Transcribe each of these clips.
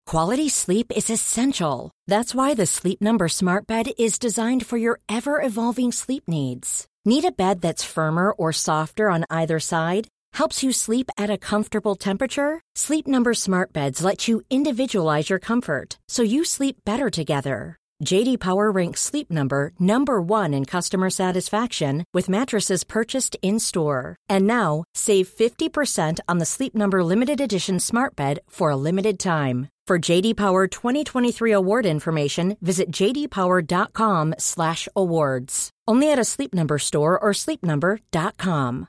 Quality sleep is essential. That's why the Sleep Number Smart Bed is designed for your ever-evolving sleep needs. Need a bed that's firmer or softer on either side? Helps you sleep at a comfortable temperature? Sleep Number Smart Beds let you individualize your comfort, so you sleep better together. J.D. Power ranks Sleep Number number 1 in customer satisfaction with mattresses purchased in-store. And now, save 50% on the Sleep Number Limited Edition Smart Bed for a limited time. For J.D. Power 2023 award information, visit jdpower.com/awards. Only at a Sleep Number store or sleepnumber.com.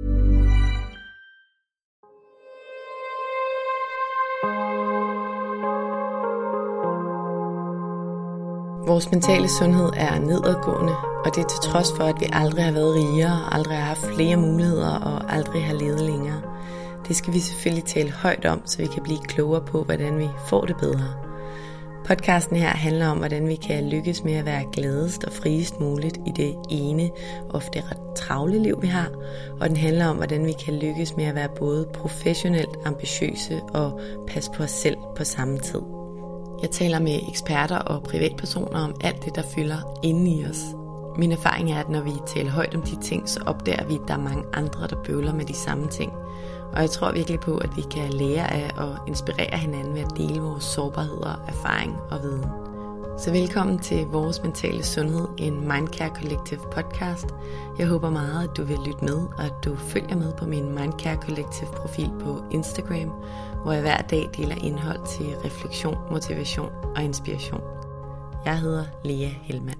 Vores mentale sundhed er nedadgående, og det er til trods for, at vi aldrig har været rigere, aldrig har haft flere muligheder og aldrig har levet længere. Det skal vi selvfølgelig tale højt om, så vi kan blive klogere på, hvordan vi får det bedre. Podcasten her handler om, hvordan vi kan lykkes med at være gladest og friest muligt i det ene, ofte ret travle liv, vi har. Og den handler om, hvordan vi kan lykkes med at være både professionelt ambitiøse og passe på os selv på samme tid. Jeg taler med eksperter og privatpersoner om alt det, der fylder inde i os. Min erfaring er, at når vi taler højt om de ting, så opdager vi, at der er mange andre, der bøvler med de samme ting. Og jeg tror virkelig på, at vi kan lære af og inspirere hinanden ved at dele vores sårbarheder, erfaring og viden. Så velkommen til Vores Mentale Sundhed, en Mindcare Collective podcast. Jeg håber meget, at du vil lytte med, og at du følger med på min Mindcare Collective profil på Instagram, hvor jeg hver dag deler indhold til refleksion, motivation og inspiration. Jeg hedder Lea Hellmann.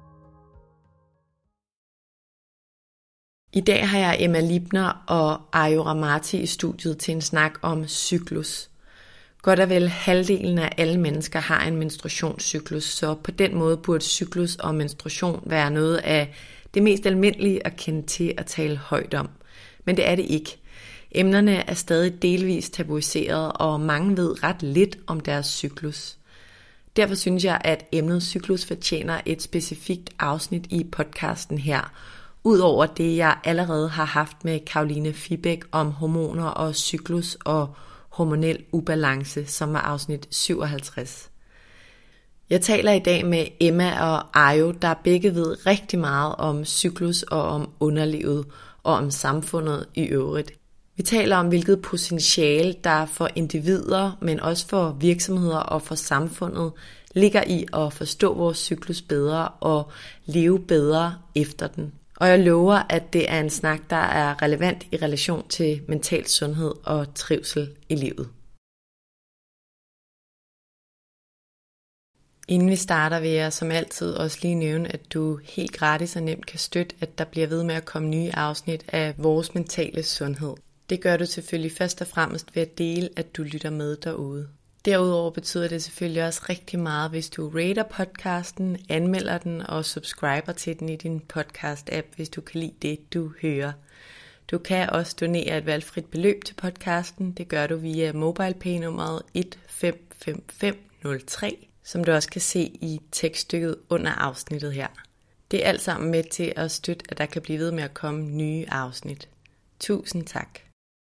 I dag har jeg Emma Libner og Ayo Rahmati i studiet til en snak om cyklus. Godt og vel halvdelen af alle mennesker har en menstruationscyklus, så på den måde burde cyklus og menstruation være noget af det mest almindelige at kende til at tale højt om. Men det er det ikke. Emnerne er stadig delvist tabuiseret, og mange ved ret lidt om deres cyklus. Derfor synes jeg, at emnet cyklus fortjener et specifikt afsnit i podcasten her, udover det, jeg allerede har haft med Caroline Fibæk om hormoner og cyklus og hormonel ubalance, som var afsnit 57. Jeg taler i dag med Emma og Ayo, der begge ved rigtig meget om cyklus og om underlivet og om samfundet i øvrigt. Vi taler om, hvilket potentiale der for individer, men også for virksomheder og for samfundet, ligger i at forstå vores cyklus bedre og leve bedre efter den. Og jeg lover, at det er en snak, der er relevant i relation til mental sundhed og trivsel i livet. Inden vi starter, vil jeg som altid også lige nævne, at du helt gratis og nemt kan støtte, at der bliver ved med at komme nye afsnit af Vores Mentale Sundhed. Det gør du selvfølgelig først og fremmest ved at dele, at du lytter med derude. Derudover betyder det selvfølgelig også rigtig meget, hvis du rater podcasten, anmelder den og subscriber til den i din podcast-app, hvis du kan lide det, du hører. Du kan også donere et valgfrit beløb til podcasten. Det gør du via MobilePay-nummeret 155503, som du også kan se i tekststykket under afsnittet her. Det er alt sammen med til at støtte, at der kan blive ved med at komme nye afsnit. Tusind tak.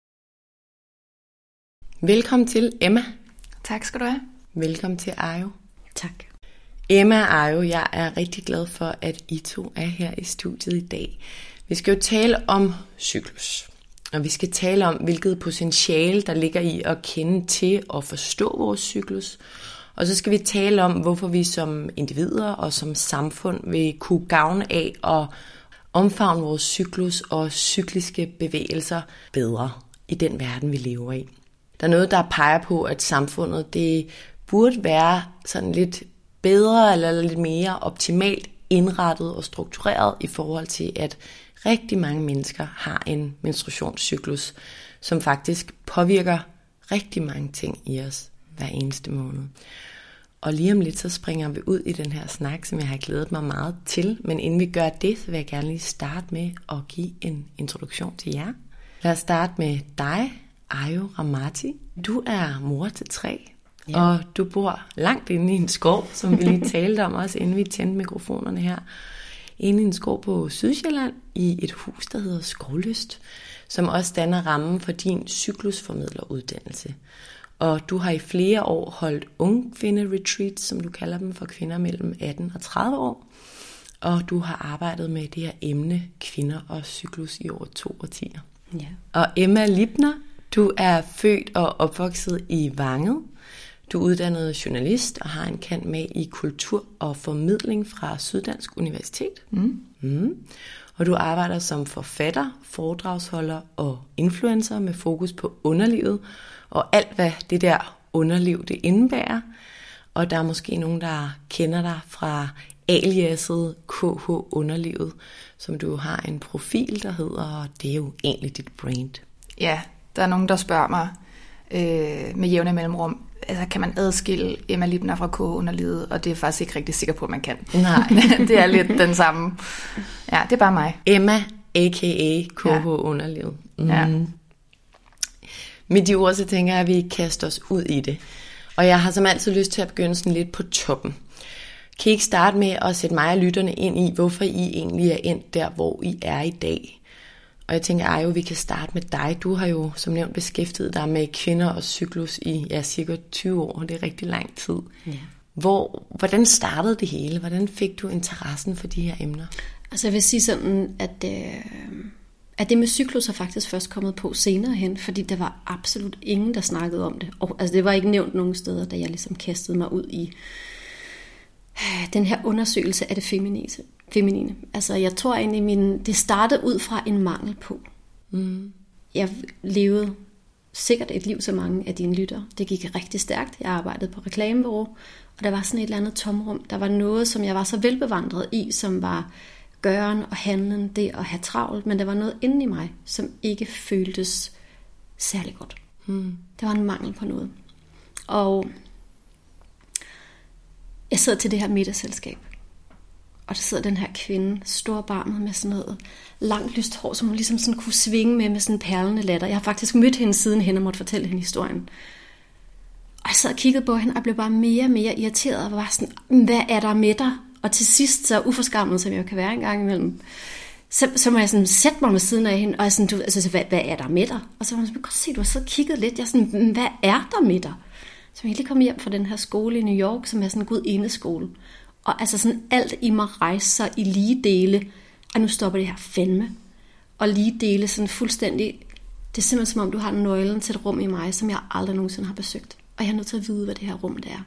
Velkommen til Emma. Tak skal du have. Velkommen til Ayo. Tak. Emma og Ayo, jeg er rigtig glad for, at I to er her i studiet i dag. Vi skal jo tale om cyklus, og vi skal tale om, hvilket potentiale der ligger i at kende til og forstå vores cyklus. Og så skal vi tale om, hvorfor vi som individer og som samfund vil kunne gavne af at omfavne vores cyklus og cykliske bevægelser bedre i den verden, vi lever i. Der er noget, der peger på, at samfundet det burde være sådan lidt bedre eller lidt mere optimalt indrettet og struktureret i forhold til, at rigtig mange mennesker har en menstruationscyklus, som faktisk påvirker rigtig mange ting i os hver eneste måned. Og lige om lidt, så springer vi ud i den her snak, som jeg har glædet mig meget til. Men inden vi gør det, så vil jeg gerne lige starte med at give en introduktion til jer. Lad os starte med dig, Ayo Rahmati. Du er mor til 3, ja. Og du bor langt inde i en skov, som vi lige talte om også, inden vi tændte mikrofonerne her. Inde i en skov på Sydsjælland, i et hus, der hedder Skovlyst, som også danner rammen for din cyklusformidleruddannelse. Og du har i flere år holdt ungkvinde-retreats, som du kalder dem, for kvinder mellem 18 og 30 år. Og du har arbejdet med det her emne, kvinder og cyklus, i over 2 årtier. Ja. Og Emma Libner, du er født og opvokset i Vanget. Du er uddannet journalist og har en cand. Mag i kultur og formidling fra Syddansk Universitet. Og du arbejder som forfatter, foredragsholder og influencer med fokus på underlivet og alt, hvad det der underliv det indebærer. Og der er måske nogen, der kender dig fra aliaset KH Underlivet, som du har en profil, der hedder, og det er jo egentlig dit brand. Ja, der er nogen, der spørger mig med jævne mellemrum, altså kan man adskille Emma Libner fra KH Underlivet, og det er jeg faktisk ikke rigtig sikker på, at man kan. Nej. Det er lidt den samme. Ja, det er bare mig. Emma, a.k.a. KH Underlivet. Ja. Med de ord, så tænker jeg, at vi kaster os ud i det. Og jeg har som altid lyst til at begynde sådan lidt på toppen. Kan I ikke starte med at sætte mig og lytterne ind i, hvorfor I egentlig er endt der, hvor I er i dag? Og jeg tænker, at vi kan starte med dig. Du har jo som nævnt beskæftiget dig med kvinder og cyklus i cirka 20 år. Det er rigtig lang tid. Ja. Hvordan startede det hele? Hvordan fik du interessen for de her emner? Altså jeg vil sige sådan, at det med cyklus er faktisk først kommet på senere hen, fordi der var absolut ingen, der snakkede om det. Og, altså det var ikke nævnt nogen steder, da jeg ligesom kastede mig ud i den her undersøgelse af det feminine. Altså jeg tror egentlig, det startede ud fra en mangel på. Jeg levede sikkert et liv, så mange af dine lyttere. Det gik rigtig stærkt. Jeg arbejdede på reklamebureau, og der var sådan et eller andet tomrum. Der var noget, som jeg var så velbevandret i, som var gøren og handlen, det at have travlt, men der var noget inde i mig, som ikke føltes særlig godt. Der var en mangel på noget. Og jeg sidder til det her middagsselskab, og der sidder den her kvinde, storbarmet med sådan noget langt lyst hår, som hun ligesom sådan kunne svinge med sådan en perlende latter. Jeg har faktisk mødt hende siden hen og måtte fortælle hende historien. Og jeg sad og kiggede på hende og blev bare mere og mere irriteret og var sådan, hvad er der med dig? Og til sidst, så uforskammet, som jeg kan være en gang imellem, så må jeg sådan sætte mig med siden af hende, og jeg sådan, hvad er der med dig? Og så var hun sådan, godt se, du har så kigget lidt. Jeg sådan, hvad er der med dig? Så jeg lige kom hjem fra den her skole i New York, som er sådan en gudindeskole. Og altså sådan alt i mig rejser sig i lige dele, og nu stopper det her fandme. Og lige dele sådan fuldstændig, det er simpelthen som om, du har nøglen til et rum i mig, som jeg aldrig nogensinde har besøgt. Og jeg er nødt til at vide, hvad det her rum det er.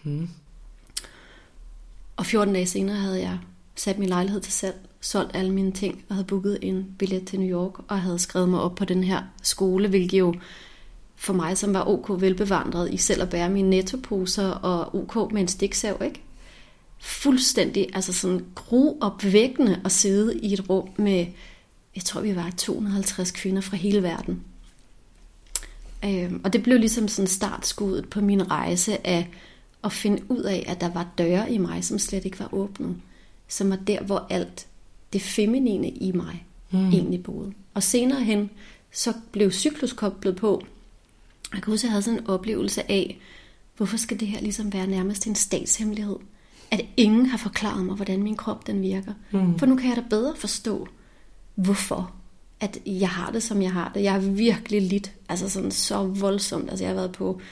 Og 14 dage senere havde jeg sat min lejlighed til salg, solgt alle mine ting, og havde booket en billet til New York, og havde skrevet mig op på den her skole, hvilket jo for mig, som var OK velbevandret i selv at bære mine nettoposer, og OK med en stiksav, ikke? Fuldstændig, altså sådan gruopvækkende at sidde i et rum med, jeg tror vi var 250 kvinder fra hele verden. Og det blev ligesom sådan startskuddet på min rejse af at finde ud af, at der var døre i mig, som slet ikke var åbnet. Som var der, hvor alt det feminine i mig egentlig boede. Og senere hen, så blev cyklus koblet på. Jeg kan huske, at jeg havde sådan en oplevelse af, hvorfor skal det her ligesom være nærmest en statshemmelighed? At ingen har forklaret mig, hvordan min krop den virker. For nu kan jeg da bedre forstå, hvorfor at jeg har det, som jeg har det. Jeg har virkelig lidt, altså sådan så voldsomt. Altså jeg har været på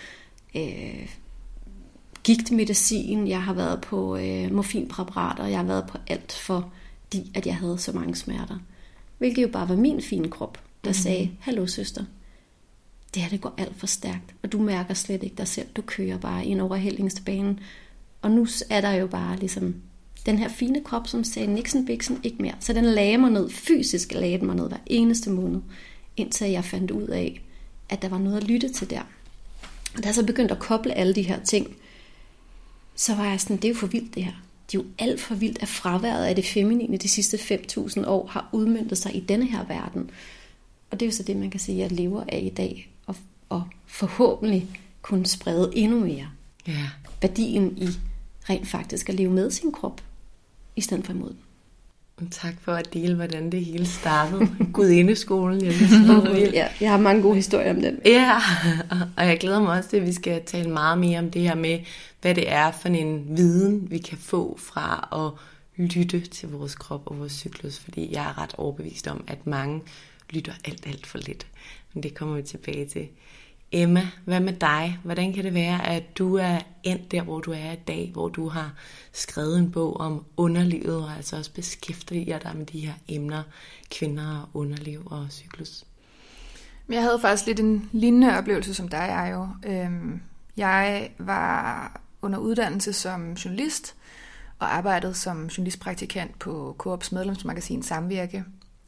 gigtmedicin, jeg har været på morfinpræparater, jeg har været på alt, fordi at jeg havde så mange smerter. Hvilket jo bare var min fine krop, der sagde, hallo søster, det her det går alt for stærkt, og du mærker slet ikke dig selv, du kører bare i en overhældingsbane. Og nu er der jo bare ligesom den her fine krop, som sagde Nixon Bixen ikke mere. Så den lagde mig ned, fysisk lagde mig ned hver eneste måned, indtil jeg fandt ud af, at der var noget at lytte til der. Og da jeg så begyndte at koble alle de her ting, så var jeg sådan, det er jo for vildt det her. Det er jo alt for vildt, at fraværet af det feminine de sidste 5.000 år har udmøntet sig i denne her verden. Og det er jo så det, man kan sige, jeg lever af i dag, og forhåbentlig kunne sprede endnu mere værdien i rent faktisk at leve med sin krop, i stedet for imod den. Tak for at dele, hvordan det hele startede. Gudindeskolen. Jeg har mange gode historier om den. Ja, og jeg glæder mig også til, at vi skal tale meget mere om det her med, hvad det er for en viden, vi kan få fra at lytte til vores krop og vores cyklus, fordi jeg er ret overbevist om, at mange lytter alt for lidt. Men det kommer vi tilbage til. Emma, hvad med dig? Hvordan kan det være, at du er endt der, hvor du er i dag, hvor du har skrevet en bog om underlivet, og altså også beskæftiger dig med de her emner, kvinder, underliv og cyklus? Jeg havde faktisk lidt en lignende oplevelse som dig, jeg jo. Jeg var under uddannelse som journalist, og arbejdede som journalistpraktikant på Coops medlemsmagasin Samvirke.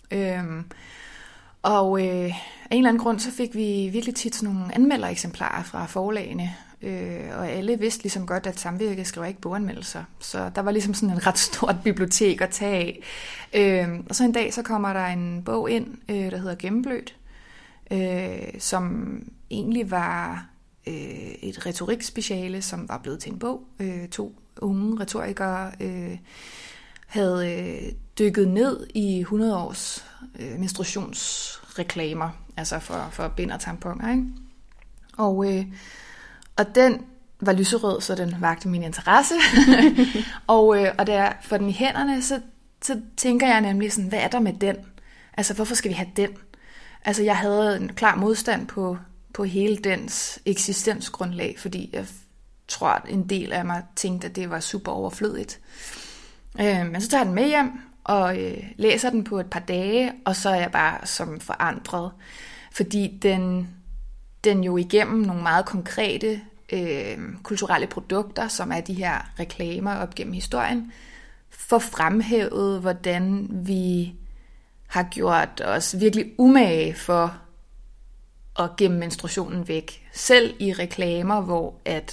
Og af en eller anden grund, så fik vi virkelig tit sådan nogle anmeldereksemplarer fra forlagene, og alle vidste ligesom godt, at Samvirke skriver ikke boganmeldelser, så der var ligesom sådan en ret stort bibliotek at tage af. Og så en dag, så kommer der en bog ind, der hedder Gennemblødt, som egentlig var et retorikspeciale, som var blevet til en bog. 2 unge retorikere havde dykket ned i 100 års menstruationsreklamer, altså for bind og tamponer, ikke? Og den var lyserød, så den vagte min interesse. og da jeg får den i hænderne, så tænker jeg nemlig sådan, hvad er der med den? Altså, hvorfor skal vi have den? Altså, jeg havde en klar modstand på hele dens eksistensgrundlag, fordi jeg tror, at en del af mig tænkte, at det var super overflødigt. Men så tager jeg den med hjem og læser den på et par dage, og så er jeg bare som forandret, fordi den jo igennem nogle meget konkrete kulturelle produkter, som er de her reklamer op gennem historien, får fremhævet, hvordan vi har gjort os virkelig umage for at gemme menstruationen væk. Selv i reklamer, hvor at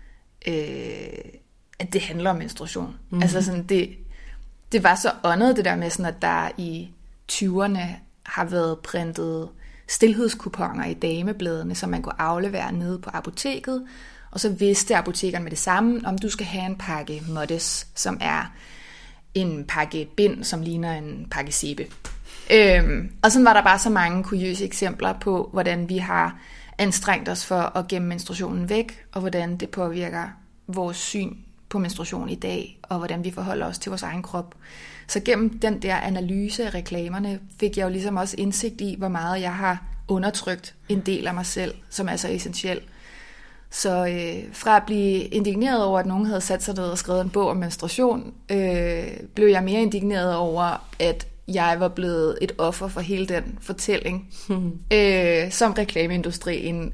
det handler om menstruation. Mm-hmm. Altså sådan, det var så åndet det der med, sådan, at der i 20'erne har været printet stilhedskuponer i damebladene, som man kunne aflevere nede på apoteket, og så vidste apotekeren med det samme, om du skal have en pakke Moddes, som er en pakke bind, som ligner en pakke sæbe. Og sådan var der bare så mange kuriøse eksempler på, hvordan vi har anstrengt os for at gemme menstruationen væk, og hvordan det påvirker vores syn på menstruation i dag, og hvordan vi forholder os til vores egen krop. Så gennem den der analyse af reklamerne, fik jeg jo ligesom også indsigt i, hvor meget jeg har undertrykt en del af mig selv, som er så essentiel. Så fra at blive indigneret over, at nogen havde sat sig ned og skrevet en bog om menstruation, blev jeg mere indigneret over, at jeg var blevet et offer for hele den fortælling, som reklameindustrien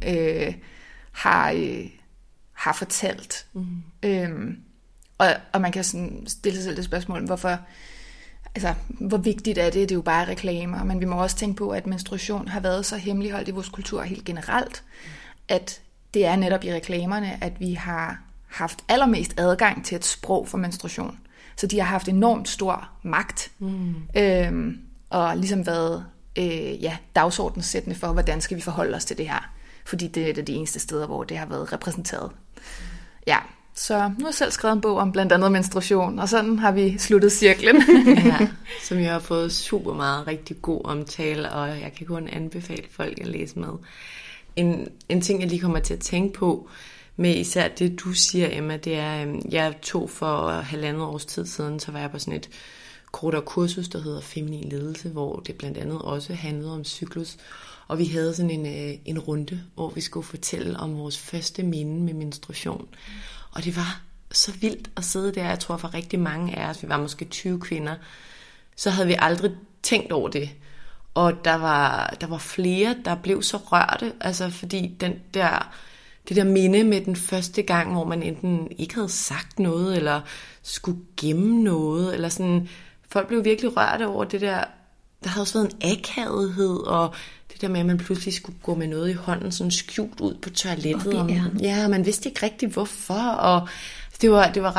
har fortalt. Og man kan sådan stille sig selv det spørgsmål, hvor vigtigt er det? Det er jo bare reklamer, men vi må også tænke på, at menstruation har været så hemmeligholdt i vores kultur helt generelt, at det er netop i reklamerne, at vi har haft allermest adgang til et sprog for menstruation. Så de har haft enormt stor magt, og ligesom været dagsordenssættende for, hvordan skal vi forholde os til det her. Fordi det er de eneste steder, hvor det har været repræsenteret. Ja, så nu har jeg selv skrevet en bog om blandt andet menstruation, og sådan har vi sluttet cirklen. Ja, som jeg har fået super meget rigtig god omtale, og jeg kan kun anbefale folk at læse med. En ting, jeg lige kommer til at tænke på, med især det, du siger, Emma, det er, jeg tog for 1,5 års tid siden, så var jeg på sådan et kortere kursus, der hedder Feminin Ledelse, hvor det blandt andet også handlede om cyklus. Og vi havde sådan en runde, hvor vi skulle fortælle om vores første minde med menstruation. Og det var så vildt at sidde der. Jeg tror for rigtig mange af os, vi var måske 20 kvinder, så havde vi aldrig tænkt over det. Og der var flere, der blev så rørte, altså fordi det der minde med den første gang, hvor man enten ikke havde sagt noget, eller skulle gemme noget, eller sådan. Folk blev virkelig rørte over det der. Der havde også været en akavethed, og det der med, at man pludselig skulle gå med noget i hånden, sådan skjult ud på toilettet. Og man vidste ikke rigtig hvorfor, og det var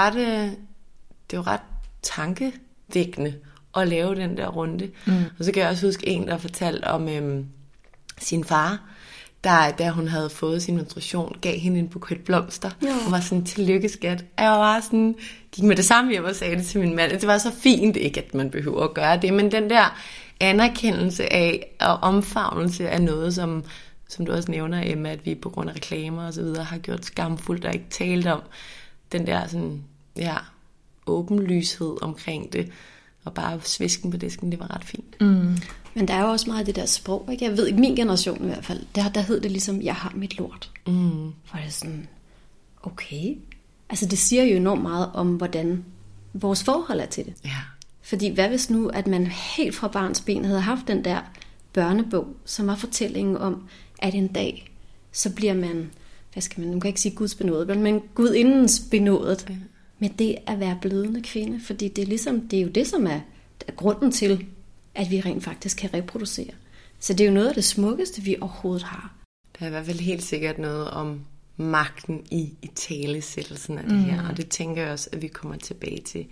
ret tankevækkende at lave den der runde. Og så kan jeg også huske en, der fortalte om sin far, der, da hun havde fået sin menstruation, gav hende en buket blomster, og var sådan, tillykke skat. Jeg var sådan, gik med det samme hjem og sagde det til min mand. Det var så fint, ikke at man behøver at gøre det, men den der anerkendelse af og omfavnelse af noget, som du også nævner, Emma, at vi på grund af reklamer og så videre har gjort skamfuldt og ikke talt om den der sådan, åbenlyshed omkring det, Og bare svisken på disken, det var ret fint. Men der er jo også meget af det der sprog, ikke? Jeg ved ikke, min generation i hvert fald, der hed det ligesom, jeg har mit lort. For det er sådan, okay. Altså det siger jo enormt meget om, hvordan vores forhold er til det. Ja. Fordi hvad hvis nu, at man helt fra barns ben havde haft den der børnebog, som var fortællingen om, at en dag, så bliver man, hvad skal man, nu kan jeg ikke sige Guds benådet, men gudindens benådet. Ja. Men det at være blødende kvinde, fordi det er, ligesom, det er jo det, som er grunden til, at vi rent faktisk kan reproducere. Så det er jo noget af det smukkeste, vi overhovedet har. Der er i hvert fald helt sikkert noget om magten i talesættelsen af det her, og det tænker jeg også, at vi kommer tilbage til.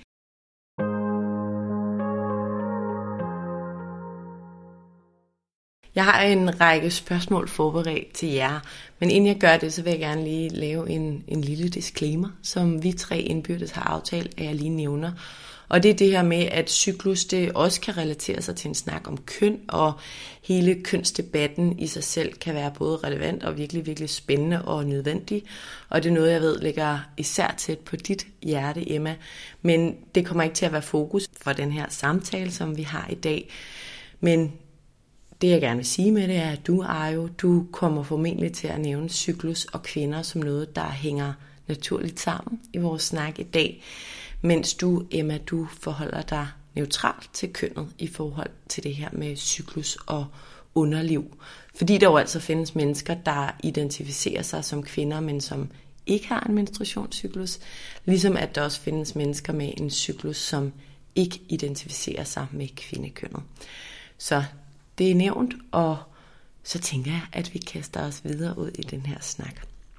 Jeg har en række spørgsmål forberedt til jer, men inden jeg gør det, så vil jeg gerne lige lave en lille disclaimer, som vi 3 indbyrdes har aftalt, at jeg lige nævner. Og det er det her med, at cyklus det også kan relatere sig til en snak om køn, og hele kønsdebatten i sig selv kan være både relevant og virkelig, virkelig spændende og nødvendig. Og det er noget, jeg ved ligger især tæt på dit hjerte, Emma. Men det kommer ikke til at være fokus for den her samtale, som vi har i dag. Men det, jeg gerne vil sige med det, er, at du, Ayo, du kommer formentlig til at nævne cyklus og kvinder som noget, der hænger naturligt sammen i vores snak i dag. Mens du, Emma, du forholder dig neutralt til kønnet i forhold til det her med cyklus og underliv. Fordi der jo altså findes mennesker, der identificerer sig som kvinder, men som ikke har en menstruationscyklus. Ligesom at der også findes mennesker med en cyklus, som ikke identificerer sig med kvindekønnet. Så det er nævnt, og så tænker jeg, at vi kaster os videre ud i den her snak.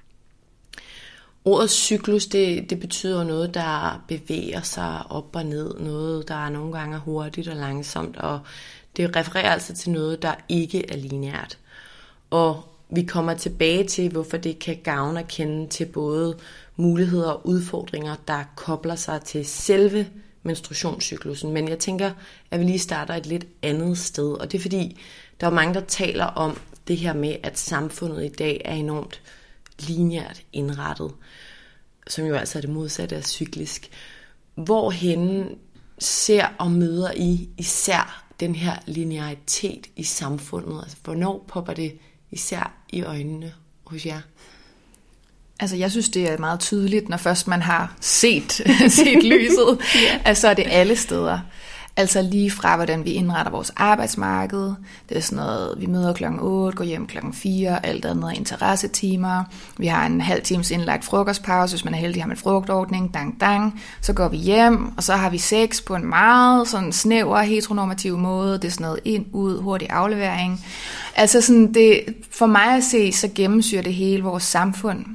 Ordet cyklus, det betyder noget, der bevæger sig op og ned, noget, der nogle gange er hurtigt og langsomt, og det refererer altså til noget, der ikke er lineært. Og vi kommer tilbage til, hvorfor det kan gavne at kende til både muligheder og udfordringer, der kobler sig til selve menstruationscyklusen. Men jeg tænker, at vi lige starter et lidt andet sted, og det er fordi, der er mange, der taler om det her med, at samfundet i dag er enormt lineært indrettet, som jo altså er det modsatte af cyklisk. Hvorhenne ser og møder I især den her linearitet i samfundet? Altså, hvornår popper det især i øjnene hos jer? Altså, jeg synes, det er meget tydeligt, når først man har set lyset. Altså, er det alle steder. Altså lige fra, hvordan vi indretter vores arbejdsmarked. Det er sådan noget, vi møder klokken 8, går hjem klokken 4, alt andet er interessetimer. Vi har en halv times indlagt frokostpause, hvis man er heldig, har man en frugtordning, dang. Så går vi hjem, og så har vi sex på en meget sådan snæver, heteronormativ måde. Det er sådan noget ind, ud, hurtig aflevering. Altså sådan det, for mig at se, så gennemsyrer det hele vores samfund.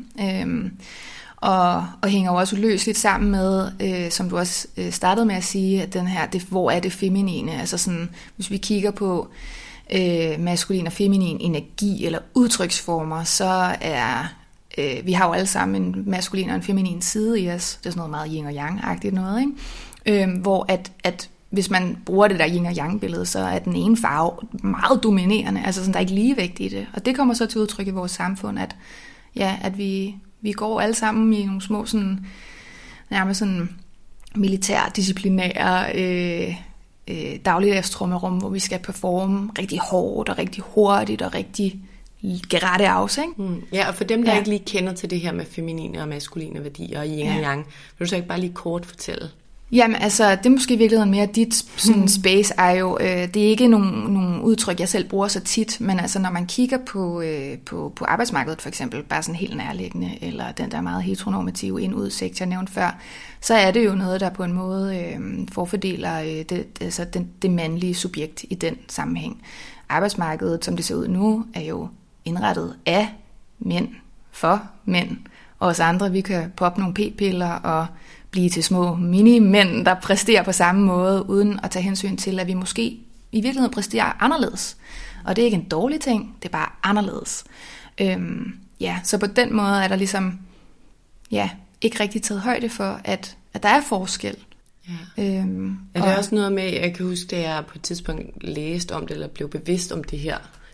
Og hænger jo også uløseligt sammen med, som du også startede med at sige, at den her, hvor er det feminine? Altså sådan, hvis vi kigger på maskulin og feminin energi eller udtryksformer, så er vi har jo alle sammen en maskulin og en feminin side i os. Det er sådan noget meget yin og yang-agtigt noget, ikke? Hvor at hvis man bruger det der yin og yang billede, så er den ene farve meget dominerende. Altså sådan, der er ikke ligevægt i det. Og det kommer så til udtryk i vores samfund, at vi går alle sammen i nogle små, sådan, nærmest sådan militærdisciplinære dagligdagstrummerum, hvor vi skal performe rigtig hårdt og rigtig hurtigt og rigtig gerette af, ikke? Ja, og for dem, der ikke lige kender til det her med feminine og maskuline værdier og yin og yang, vil du så ikke bare lige kort fortælle? Jamen altså, det er måske i virkeligheden mere dit sådan, space er jo, det er ikke nogle udtryk, jeg selv bruger så tit, men altså når man kigger på arbejdsmarkedet for eksempel, bare sådan helt nærliggende, eller den der meget heteronormative ind-ud-sektor, jeg nævnte før, så er det jo noget, der på en måde forfordeler det mandlige subjekt i den sammenhæng. Arbejdsmarkedet, som det ser ud nu, er jo indrettet af mænd, for mænd, og os andre, vi kan poppe nogle p-piller og blive til små mini-mænd, der præsterer på samme måde, uden at tage hensyn til, at vi måske i virkeligheden præsterer anderledes. Og det er ikke en dårlig ting, det er bare anderledes. Så på den måde er der ligesom ikke rigtig taget højde for, at der er forskel. Ja. Er det også noget med, jeg kan huske, da jeg på et tidspunkt læste om det, eller blev bevidst om det her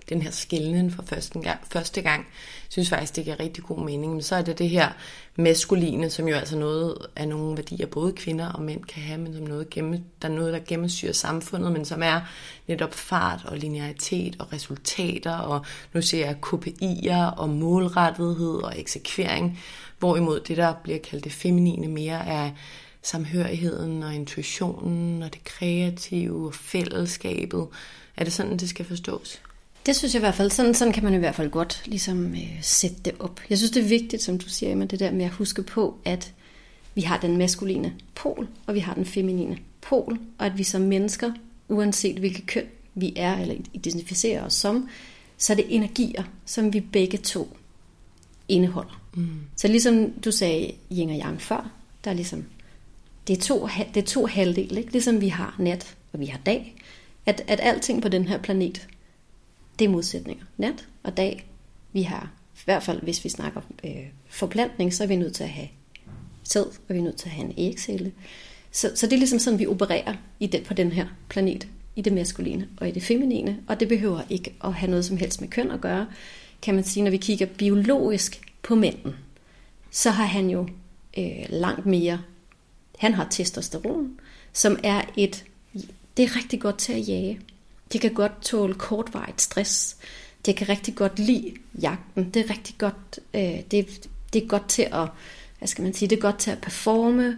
den her skelnen for første gang, synes faktisk, det giver rigtig god mening. Men så er det her maskuline, som jo altså noget af nogle værdier, både kvinder og mænd kan have, men som der er noget, der gennemsyrer samfundet, men som er netop fart og linearitet og resultater, og nu ser jeg KPI'er og målrettethed og eksekvering, hvorimod det, der bliver kaldt det feminine, mere er samhørigheden og intuitionen og det kreative og fællesskabet. Er det sådan, det skal forstås? Det synes jeg i hvert fald. Sådan kan man i hvert fald godt ligesom sætte det op. Jeg synes, det er vigtigt, som du siger, med det der med at huske på, at vi har den maskuline pol, og vi har den feminine pol, og at vi som mennesker, uanset hvilket køn vi er eller identificerer os som, så er det energier, som vi begge to indeholder. Så ligesom du sagde yin og yang før, der er ligesom, det er to halvdele, ikke? Ligesom vi har nat og vi har dag, at alting på den her planet, det er modsætninger. Nat og dag, vi har, i hvert fald hvis vi snakker forplantning, så er vi nødt til at have sæd, og vi er nødt til at have en ægcelle. Så det er ligesom sådan, vi opererer på den her planet, i det maskuline og i det feminine, og det behøver ikke at have noget som helst med køn at gøre, kan man sige. Når vi kigger biologisk på mænden, så har han jo langt mere, han har testosteron, som er det er rigtig godt til at jage. Det kan godt tåle kortvarigt stress. Det kan rigtig godt lide jagten. Det er rigtig godt, det er godt til at, hvad skal man sige, det er godt til at performe.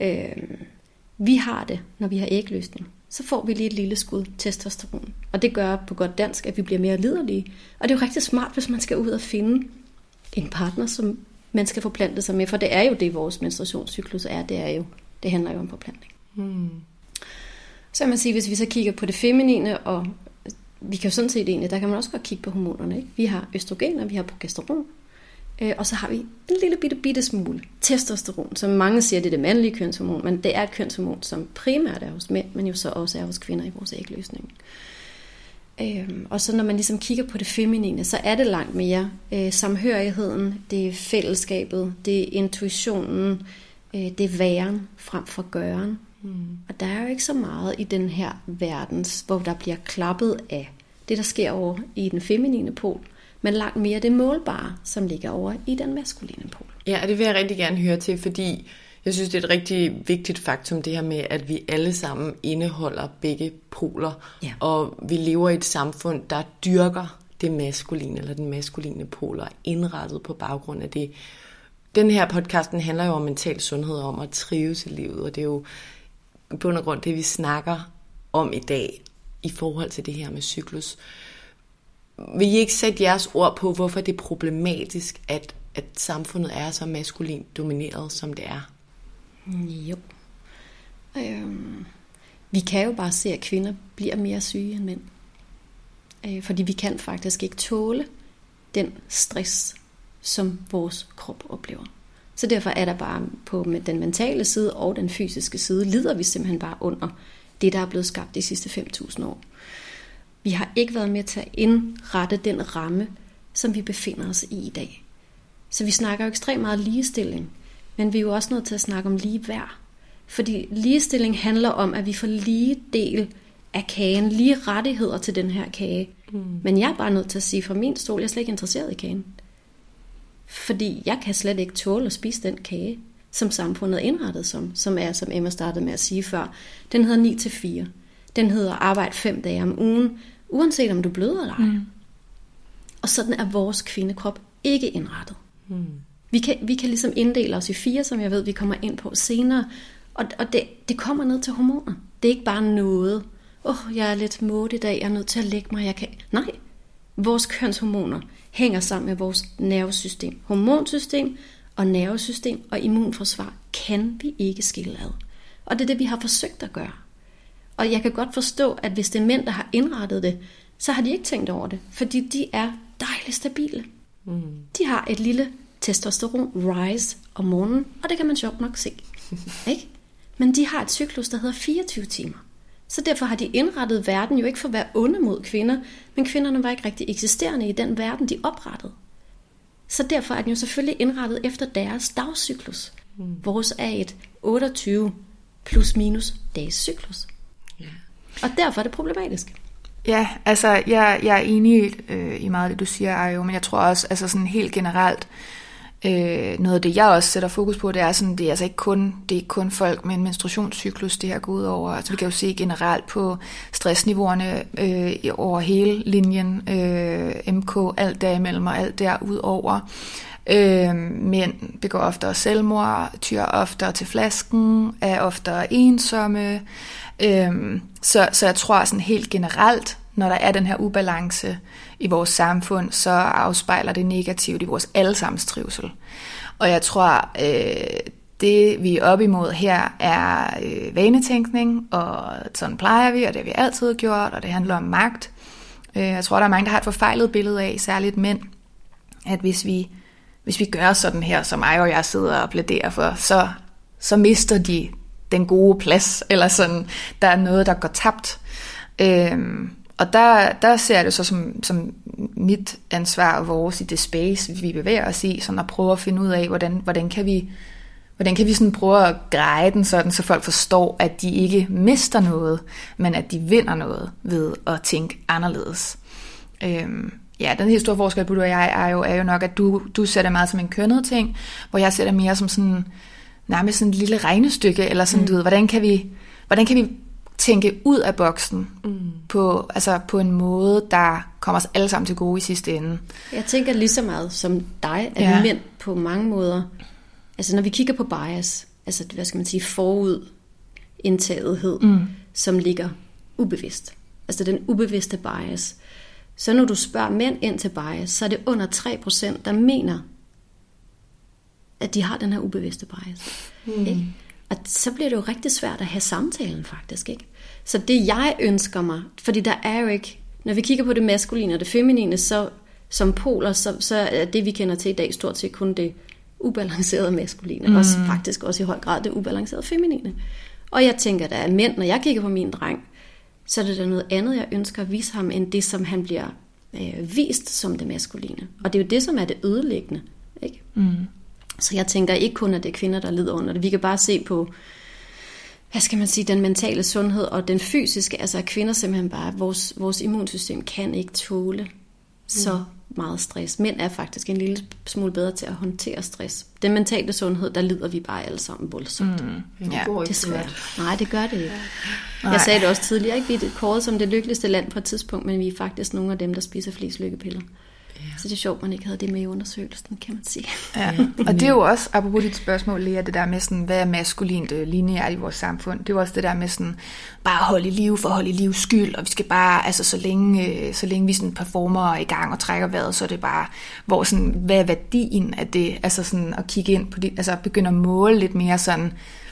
Vi har det, når vi har ægløsning. Så får vi lige et lille skud testosteron. Og det gør på godt dansk, at vi bliver mere liderlige. Og det er jo rigtig smart, hvis man skal ud og finde en partner, som man skal forplante sig med. For det er jo det, vores menstruationscyklus er. Det handler jo om forplantning. Så kan man sige, hvis vi så kigger på det feminine, og vi kan jo sådan set egentlig, der kan man også godt kigge på hormonerne. Ikke? Vi har østrogen, og vi har progesteron. Og så har vi en lille bitte smule testosteron, som mange siger, det er det mandlige kønshormon, men det er et kønshormon, som primært er hos mænd, men jo så også er hos kvinder i vores ægløsning. Og så når man ligesom kigger på det feminine, så er det langt mere samhørigheden, det er fællesskabet, det er intuitionen, det er væren frem for gøren. Og der er jo ikke så meget i den her verden, hvor der bliver klappet af det, der sker over i den feminine pol, men langt mere det målbare, som ligger over i den maskuline pol. Ja, og det vil jeg rigtig gerne høre til, fordi jeg synes, det er et rigtig vigtigt faktum, det her med, at vi alle sammen indeholder begge poler, ja. Og vi lever i et samfund, der dyrker det maskuline, eller den maskuline pol, og er indrettet på baggrund af det. Den her podcasten handler jo om mental sundhed, om at trives i livet, og det er jo i bund og grund det, vi snakker om i dag, i forhold til det her med cyklus. Vil I ikke sætte jeres ord på, hvorfor det er problematisk, at samfundet er så maskulint domineret, som det er? Jo. Vi kan jo bare se, at kvinder bliver mere syge end mænd. Fordi vi kan faktisk ikke tåle den stress, som vores krop oplever. Så derfor er der bare på den mentale side og den fysiske side, lider vi simpelthen bare under det, der er blevet skabt de sidste 5.000 år. Vi har ikke været med til at indrette den ramme, som vi befinder os i dag. Så vi snakker jo ekstremt meget ligestilling, men vi er jo også nødt til at snakke om lige værd. Fordi ligestilling handler om, at vi får lige del af kagen, lige rettigheder til den her kage. Men jeg er bare nødt til at sige fra min stol, jeg er slet ikke interesseret i kagen. Fordi jeg kan slet ikke tåle at spise den kage, som samfundet er indrettet som er, som Emma startede med at sige før. Den hedder 9-4. Den hedder arbejde 5 dage om ugen, uanset om du bløder eller ej. Og sådan er vores kvindekrop ikke indrettet. Vi kan ligesom inddele os i 4, som jeg ved, vi kommer ind på senere. Og det kommer ned til hormoner. Det er ikke bare noget, jeg er lidt mået i dag, jeg er nødt til at lægge mig. Nej, vores kønshormoner hænger sammen med vores nervesystem. Hormonsystem og nervesystem og immunforsvar kan vi ikke skille ad. Og det er det, vi har forsøgt at gøre. Og jeg kan godt forstå, at hvis det er mænd, der har indrettet det, så har de ikke tænkt over det. Fordi de er dejligt stabile. De har et lille testosteron rise om morgenen, og det kan man sjovt nok se. Ikke? Men de har et cyklus, der hedder 24 timer. Så derfor har de indrettet verden jo ikke for at være onde mod kvinder, men kvinderne var ikke rigtig eksisterende i den verden, de oprettede. Så derfor er den jo selvfølgelig indrettet efter deres dagscyklus. Vores er et 28 plus minus dages cyklus. Og derfor er det problematisk. Ja, altså jeg er enig i meget af det, du siger, Ayo, men jeg tror også, altså sådan helt generelt, noget af det, jeg også sætter fokus på, det er sådan, det er altså ikke kun folk med en menstruationscyklus, det her går ud over. Altså vi kan jo se generelt på stressniveauerne over hele linjen, MK, alt derimellem og alt derudover. Mænd begår oftere selvmord, tyrer oftere til flasken, er oftere ensomme. Så jeg tror sådan helt generelt, når der er den her ubalance i vores samfund, så afspejler det negativt i vores allesammens trivsel. Og jeg tror, det vi er op imod her er vanetænkning, og sådan plejer vi, og det har vi altid gjort, og det handler om magt. Jeg tror, der er mange, der har et forfejlet billede af, særligt mænd, at hvis vi gør sådan her, som mig og jeg sidder og plæderer for, så mister de den gode plads, eller sådan, der er noget, der går tabt. Og der ser jeg det så som mit ansvar og vores i det space, vi bevæger os i, sådan at prøve at finde ud af, hvordan kan vi sådan prøve at greje den sådan, så folk forstår, at de ikke mister noget, men at de vinder noget ved at tænke anderledes. Ja, den helt store forskel på du og jeg er jo nok, at du ser det meget som en kønnet ting, hvor jeg ser det mere som sådan, nærmest sådan et lille regnestykke, eller sådan, du ved, hvordan kan vi tænke ud af boksen på en måde, der kommer os alle sammen til gode i sidste ende. Jeg tænker lige så meget som dig, at mænd på mange måder, altså når vi kigger på bias, altså hvad skal man sige, forudindtagethed, som ligger ubevidst, altså den ubevidste bias. Så når du spørger mænd ind til bias, så er det under 3%, der mener, at de har den her ubevidste bias. Ikke? Og så bliver det jo rigtig svært at have samtalen faktisk, ikke? Så det jeg ønsker mig, fordi der er jo ikke, når vi kigger på det maskuline og det feminine, så som poler, så er det vi kender til i dag stort set kun det ubalancerede maskuline, og faktisk også i høj grad det ubalancerede feminine. Og jeg tænker, der er mænd, når jeg kigger på min dreng, så er det der noget andet, jeg ønsker at vise ham, end det, som han bliver vist som det maskuline. Og det er jo det, som er det ødelæggende, ikke? Så jeg tænker ikke kun, at det er kvinder, der lider under det. Vi kan bare se på, hvad skal man sige, den mentale sundhed og den fysiske, altså at kvinder simpelthen bare, vores immunsystem kan ikke tåle så meget stress. Mænd er faktisk en lille smule bedre til at håndtere stress. Den mentale sundhed, der lider vi bare alle sammen voldsomt. Desværre. Nej, det gør det ikke. Jeg sagde det også tidligere, ikke? Vi er kåret som det lykkeligste land på et tidspunkt, men vi er faktisk nogle af dem, der spiser flest lykkepiller. Så det er sjovt, man ikke havde det med i undersøgelsen, kan man sige. Ja. Og det er jo også, apropos dit spørgsmål, Lea, det der med sådan, hvad er maskulint lineært i vores samfund. Det er jo også det der med sådan, bare holde i liv for at holde i livs skyld, og vi skal bare, altså så længe vi sådan performer og er i gang og trækker vejret, så er det bare, hvor sådan, hvad er værdien af det? Altså sådan at kigge ind på det, altså begynde at måle lidt mere sådan,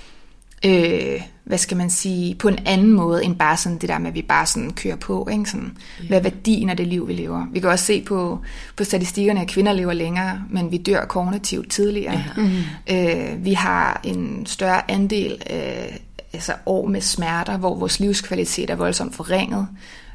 hvad skal man sige, på en anden måde, end bare sådan det der med, at vi bare sådan kører på, ikke? Sådan, hvad er værdien af det liv, vi lever? Vi kan også se på statistikkerne, at kvinder lever længere, men vi dør kognitivt tidligere. Vi har en større andel altså år med smerter, hvor vores livskvalitet er voldsomt forringet.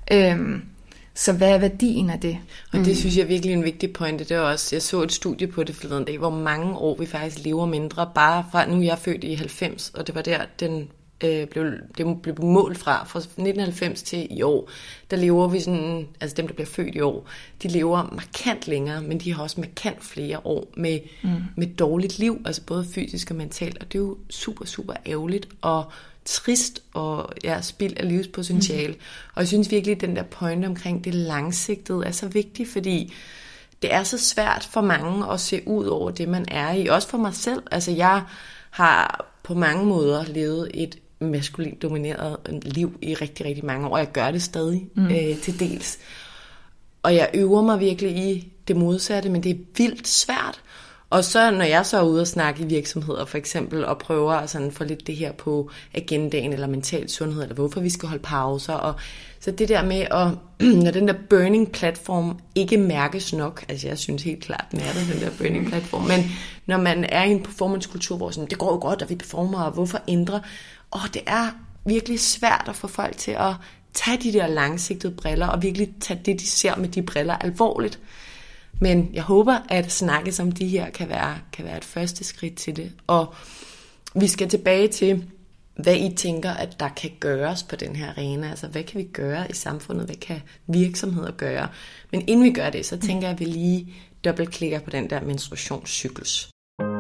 Så hvad er værdien af det? Og det synes jeg er virkelig en vigtig pointe. Det er også, jeg så et studie på det forleden dag, hvor mange år vi faktisk lever mindre, bare fra, nu er jeg født i 90, og det var der, den blev målt fra 1990 til i år, der lever vi sådan, altså dem, der bliver født i år, de lever markant længere, men de har også markant flere år med dårligt liv, altså både fysisk og mentalt, og det er jo super, super ærgerligt og trist og spild af livspotentiale. Og jeg synes virkelig, at den der pointe omkring det langsigtede er så vigtig, fordi det er så svært for mange at se ud over det, man er i. Også for mig selv. Altså jeg har på mange måder levet et maskulint domineret liv i rigtig, rigtig mange år. Jeg gør det stadig til dels. Og jeg øver mig virkelig i det modsatte, men det er vildt svært. Og så når jeg så er ude og snakke i virksomheder for eksempel, og prøver at sådan få lidt det her på agendaen, eller mental sundhed, eller hvorfor vi skal holde pauser, og så det der med, at når den der burning platform ikke mærkes nok, altså jeg synes helt klart, den er der, den der burning platform, men når man er i en performancekultur, hvor sådan, det går jo godt, og vi performer, og hvorfor ændre, det er virkelig svært at få folk til at tage de der langsigtede briller, og virkelig tage det, de ser med de briller, alvorligt. Men jeg håber, at snakke som de her kan være et første skridt til det. Og vi skal tilbage til, hvad I tænker, at der kan gøres på den her arena. Altså, hvad kan vi gøre i samfundet? Hvad kan virksomheder gøre? Men inden vi gør det, så tænker jeg, at vi lige dobbeltklikker på den der menstruationscyklus.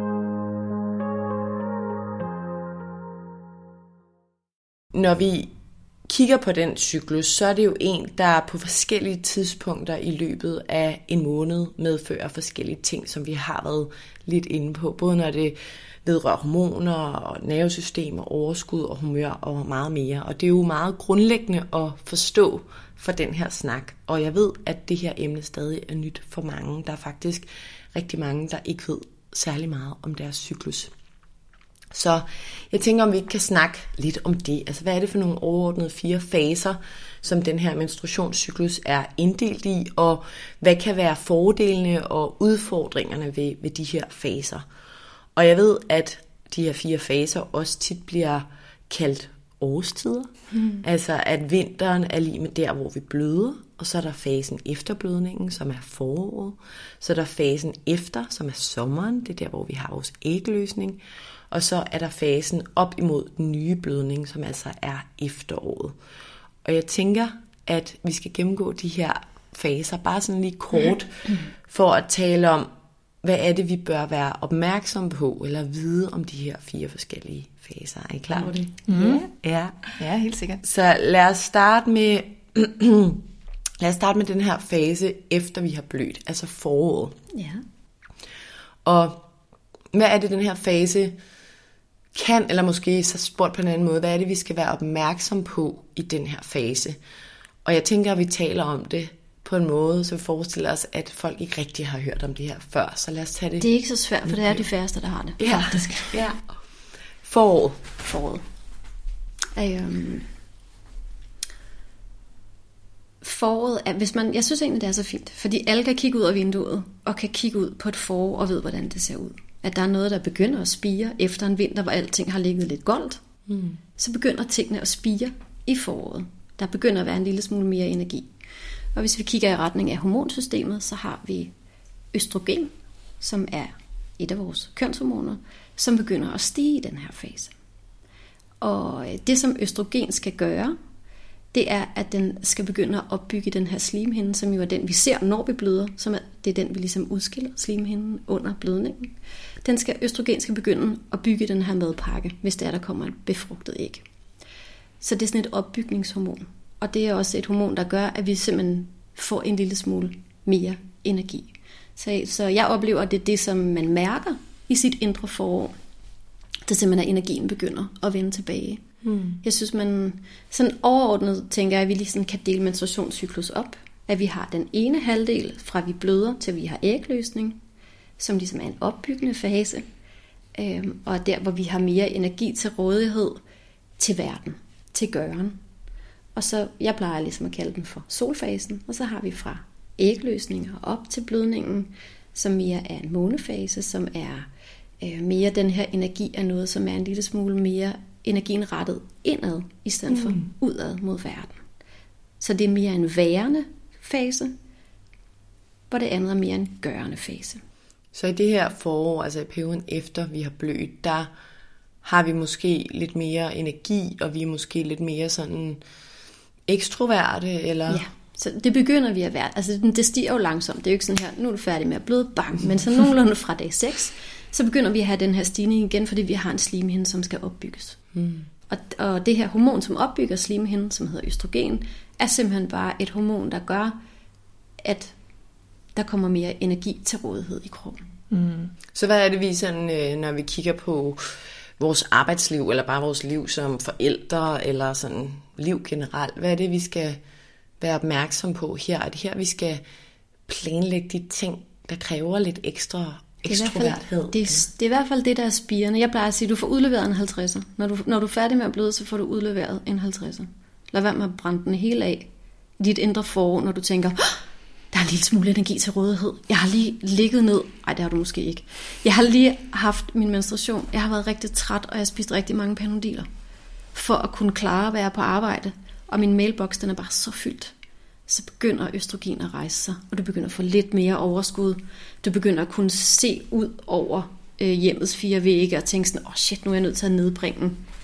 Når vi kigger på den cyklus, så er det jo en, der på forskellige tidspunkter i løbet af en måned medfører forskellige ting, som vi har været lidt inde på. Både når det vedrører hormoner og nervesystem og overskud og humør og meget mere. Og det er jo meget grundlæggende at forstå for den her snak. Og jeg ved, at det her emne stadig er nyt for mange. Der er faktisk rigtig mange, der ikke ved særlig meget om deres cyklus. Så jeg tænker, om vi ikke kan snakke lidt om det. Altså, hvad er det for nogle overordnede 4 faser, som den her menstruationscyklus er inddelt i, og hvad kan være fordelene og udfordringerne ved de her faser? Og jeg ved, at de her 4 faser også tit bliver kaldt årstider. Altså, at vinteren er lige med der, hvor vi bløder, og så er der fasen efter blødningen, som er foråret. Så er der fasen efter, som er sommeren, det er der, hvor vi har vores ægløsning. Og så er der fasen op imod den nye blødning, som altså er efteråret. Og jeg tænker, at vi skal gennemgå de her faser, bare sådan lige kort, for at tale om, hvad er det, vi bør være opmærksom på, eller vide om de her 4 forskellige faser. Er I klar på det? Ja, helt sikkert. Så lad os starte med den her fase, efter vi har blødt, altså foråret. Ja. Og hvad er det, den her fase kan, eller måske så spurgt på en anden måde, hvad er det, vi skal være opmærksom på i den her fase? Og jeg tænker, at vi taler om det på en måde, så vi forestiller os, at folk ikke rigtig har hørt om det her før. Så lad os tage det. Det er ikke så svært, for det er de færreste, der har det, faktisk. Ja. Foråret. Foråret er, jeg synes egentlig, det er så fint, fordi alle kan kigge ud af vinduet, og kan kigge ud på et forår, og ved, hvordan det ser ud. At der er noget, der begynder at spire efter en vinter, hvor alting har ligget lidt goldt. Så begynder tingene at spire i foråret. Der begynder at være en lille smule mere energi. Og hvis vi kigger i retning af hormonsystemet, så har vi østrogen, som er et af vores kønshormoner, som begynder at stige i den her fase. Og det, som østrogen skal gøre, det er, at den skal begynde at opbygge den her slimhinde, som jo er den, vi ser, når vi bløder. Det er den, vi ligesom udskiller, slimhinden under blødningen. Østrogen skal begynde at bygge den her madpakke, hvis der kommer et befrugtet æg. Så det er sådan et opbygningshormon. Og det er også et hormon, der gør, at vi simpelthen får en lille smule mere energi. Så jeg oplever, at det er det, som man mærker i sit indre forår. Det er simpelthen, at energien begynder at vende tilbage. Jeg synes, man sådan overordnet tænker jeg, at vi lige sådan kan dele menstruationscyklus op. At vi har den ene halvdel, fra vi bløder til vi har ægløsning, som ligesom er en opbyggende fase. Og der, hvor vi har mere energi til rådighed til verden, til gøren. Og så, jeg plejer ligesom at kalde den for solfasen, og så har vi fra ægløsninger op til blødningen, som mere er en månefase, som er mere den her energi af noget, som er en lille smule mere energien rettet indad, i stedet for udad mod verden. Så det er mere en værende fase, hvor det andet er mere en gørende fase. Så i det her forår, altså i perioden efter vi har blødt, der har vi måske lidt mere energi, og vi er måske lidt mere sådan ekstroverte, eller? Ja, så det begynder vi at være. Altså det stiger jo langsomt. Det er jo ikke sådan her, nu er du færdig med at bløde, bang. Men så nogenlunde fra dag 6, så begynder vi at have den her stigning igen, fordi vi har en slimhinde, som skal opbygges. Og det her hormon, som opbygger slimhinden, som hedder østrogen, er simpelthen bare et hormon, der gør, at der kommer mere energi til rådighed i kroppen. Så hvad er det, vi sådan, når vi kigger på vores arbejdsliv, eller bare vores liv som forældre, eller sådan liv generelt, hvad er det, vi skal være opmærksom på her? Er det her, vi skal planlægge de ting, der kræver lidt ekstra ekstroverthed? Det er i hvert fald det, der er spirende. Jeg plejer at sige, at du får udleveret en 50'er. Når du er færdig med at bløde, så får du udleveret en 50'er. Lad være med at brænde den hele af i dit indre forår, når du tænker, der er en lille smule energi til rådighed. Jeg har lige ligget ned. Ej, det har du måske ikke. Jeg har lige haft min menstruation. Jeg har været rigtig træt, og jeg har spist rigtig mange Panodiler for at kunne klare at være på arbejde. Og min mailbox, den er bare så fyldt. Så begynder østrogen at rejse sig, og du begynder at få lidt mere overskud. Du begynder at kunne se ud over hjemmets 4 vægge og tænke sådan, shit, nu er jeg nødt til at nedbringe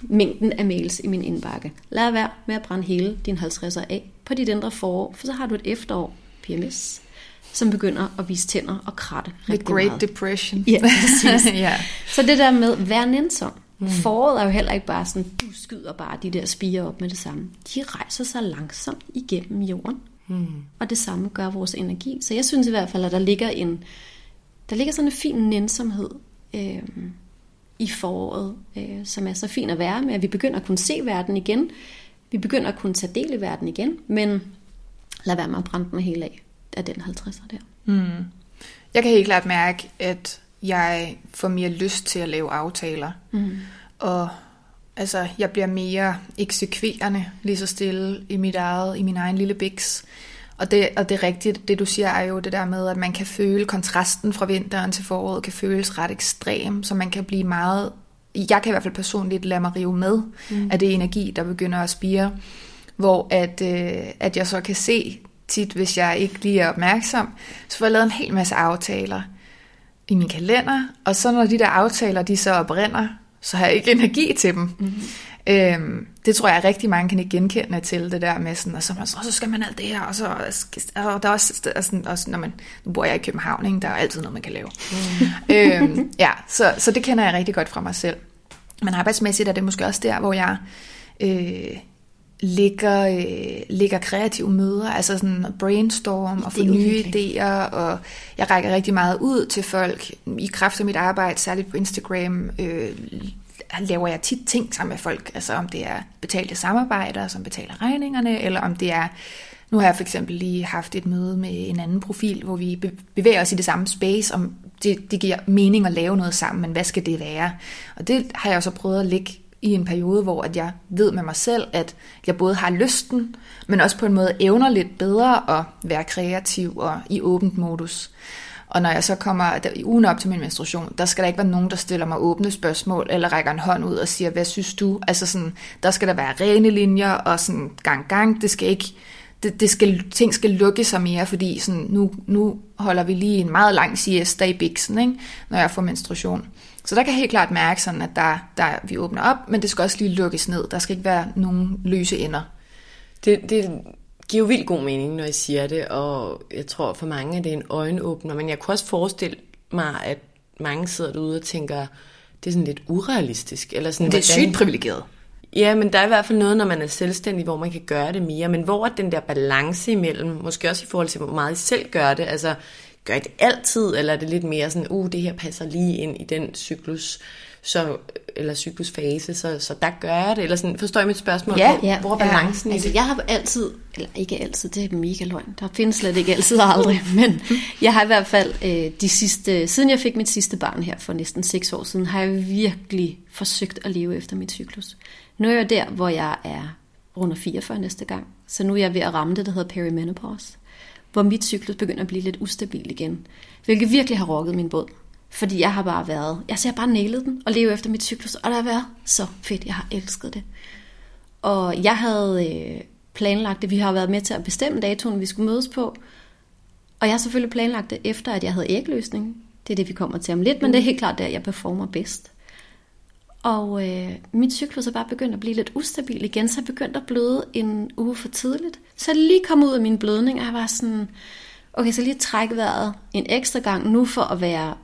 mængden af mails i min indbakke. Lad være med at brænde hele din 50'er af på dit indre forår, for så har du et efterår, PMS, som begynder at vise tænder og kratte rigtig The Great meget. Depression. Ja, præcis. Ja. Så det der med, vær nænsom. Foråret er jo heller ikke bare sådan, du skyder bare de der spirer op med det samme. De rejser sig langsomt igennem jorden. Og det samme gør vores energi. Så jeg synes i hvert fald, at der ligger sådan en fin nænsomhed i foråret, som er så fin at være med, at vi begynder at kunne se verden igen. Vi begynder at kunne tage del i verden igen, men lad være med at brænde den hele af den 50'er der. Jeg kan helt klart mærke, at jeg får mere lyst til at lave aftaler. Og altså, jeg bliver mere eksekverende lige så stille i min egen lille biks. Og det er rigtigt, det du siger er jo det der med, at man kan føle kontrasten fra vinteren til foråret, kan føles ret ekstrem, så man kan blive meget... Jeg kan i hvert fald personligt lade mig rive med af det energi, der begynder at spire, hvor at jeg så kan se tit, hvis jeg ikke lige er opmærksom, så får jeg lavet en hel masse aftaler i min kalender, og så når de der aftaler, de så oprænder, så har jeg ikke energi til dem. Det tror jeg rigtig mange kan ikke genkende til, det der med sådan, og så skal man alt det her, og der er også når nu bor jeg i København, ikke? Der er altid noget, man kan lave. Så det kender jeg rigtig godt fra mig selv. Men arbejdsmæssigt er det måske også der, hvor jeg ligger kreative møder, altså sådan brainstorm og få nye idéer, og jeg rækker rigtig meget ud til folk i kraft af mit arbejde, særligt på Instagram. Laver jeg tit ting sammen med folk, altså om det er betalte samarbejder, som betaler regningerne, eller om det er, nu har jeg for eksempel lige haft et møde med en anden profil, hvor vi bevæger os i det samme space, om det giver mening at lave noget sammen, men hvad skal det være? Og det har jeg så prøvet at lægge i en periode, hvor at jeg ved med mig selv, at jeg både har lysten, men også på en måde evner lidt bedre at være kreativ og i åbent modus. Og når jeg så kommer ugen op til min menstruation, der skal der ikke være nogen, der stiller mig åbne spørgsmål, eller rækker en hånd ud og siger, hvad synes du? Altså sådan, der skal der være rene linjer, og sådan gang. Det skal ikke, ting skal lukke sig mere, fordi sådan, nu holder vi lige en meget lang siesta i biksen, ikke? Når jeg får menstruation. Så der kan helt klart mærke sådan, at der vi åbner op, men det skal også lige lukkes ned. Der skal ikke være nogen løse ender. Det giver jo vildt god mening, når I siger det, og jeg tror for mange, at det er en øjenåbner, men jeg kunne også forestille mig, at mange sidder derude og tænker, det er sådan lidt urealistisk. Eller sådan, det er sygt privilegeret. Ja, men der er i hvert fald noget, når man er selvstændig, hvor man kan gøre det mere, men hvor er den der balance imellem, måske også i forhold til, hvor meget I selv gør det, altså gør I det altid, eller er det lidt mere sådan, det her passer lige ind i den cyklus, eller cyklusfase, så der gør jeg det, eller sådan, forstår I mit spørgsmål? Hvor er balancen i det? Altså, jeg har altid, eller ikke altid, det er mega løgn, der findes slet ikke altid og aldrig, men jeg har i hvert fald siden jeg fik mit sidste barn her for næsten 6 år siden, har jeg virkelig forsøgt at leve efter mit cyklus. Nu er jeg der, hvor jeg er runder 44 næste gang, så nu er jeg ved at ramme det, der hedder perimenopause, hvor mit cyklus begynder at blive lidt ustabil igen, hvilket virkelig har rokket min båd. Fordi jeg har bare nailet den og levet efter mit cyklus, og det har været så fedt, jeg har elsket det. Og jeg havde planlagt det, vi har været med til at bestemme datoen, vi skulle mødes på, og jeg har selvfølgelig planlagt det efter, at jeg havde ægløsning. Det er det, vi kommer til om lidt, men det er helt klart der, jeg performer bedst. Og mit cyklus er bare begyndt at blive lidt ustabil igen, så jeg begyndte at bløde en uge for tidligt. Så jeg lige kom ud af min blødning, og jeg var sådan, okay, så lige trække vejret en ekstra gang nu for at være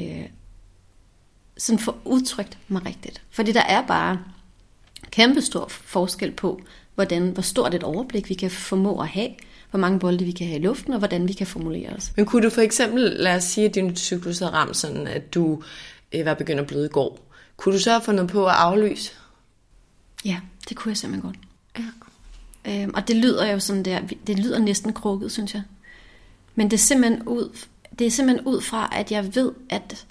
sådan for udtrykt mig rigtigt. Fordi der er bare kæmpestor forskel på, hvor stort et overblik vi kan formå at have, hvor mange bolde vi kan have i luften, og hvordan vi kan formulere os. Men kunne du for eksempel, lad os sige, at din cyklus havde ramt sådan, at du var begyndt at bløde i går. Kunne du så have fundet på at aflyse? Ja, det kunne jeg simpelthen godt. Ja. Og det lyder jo sådan der, det lyder næsten krukket, synes jeg. Men det er simpelthen ud fra, at jeg ved, at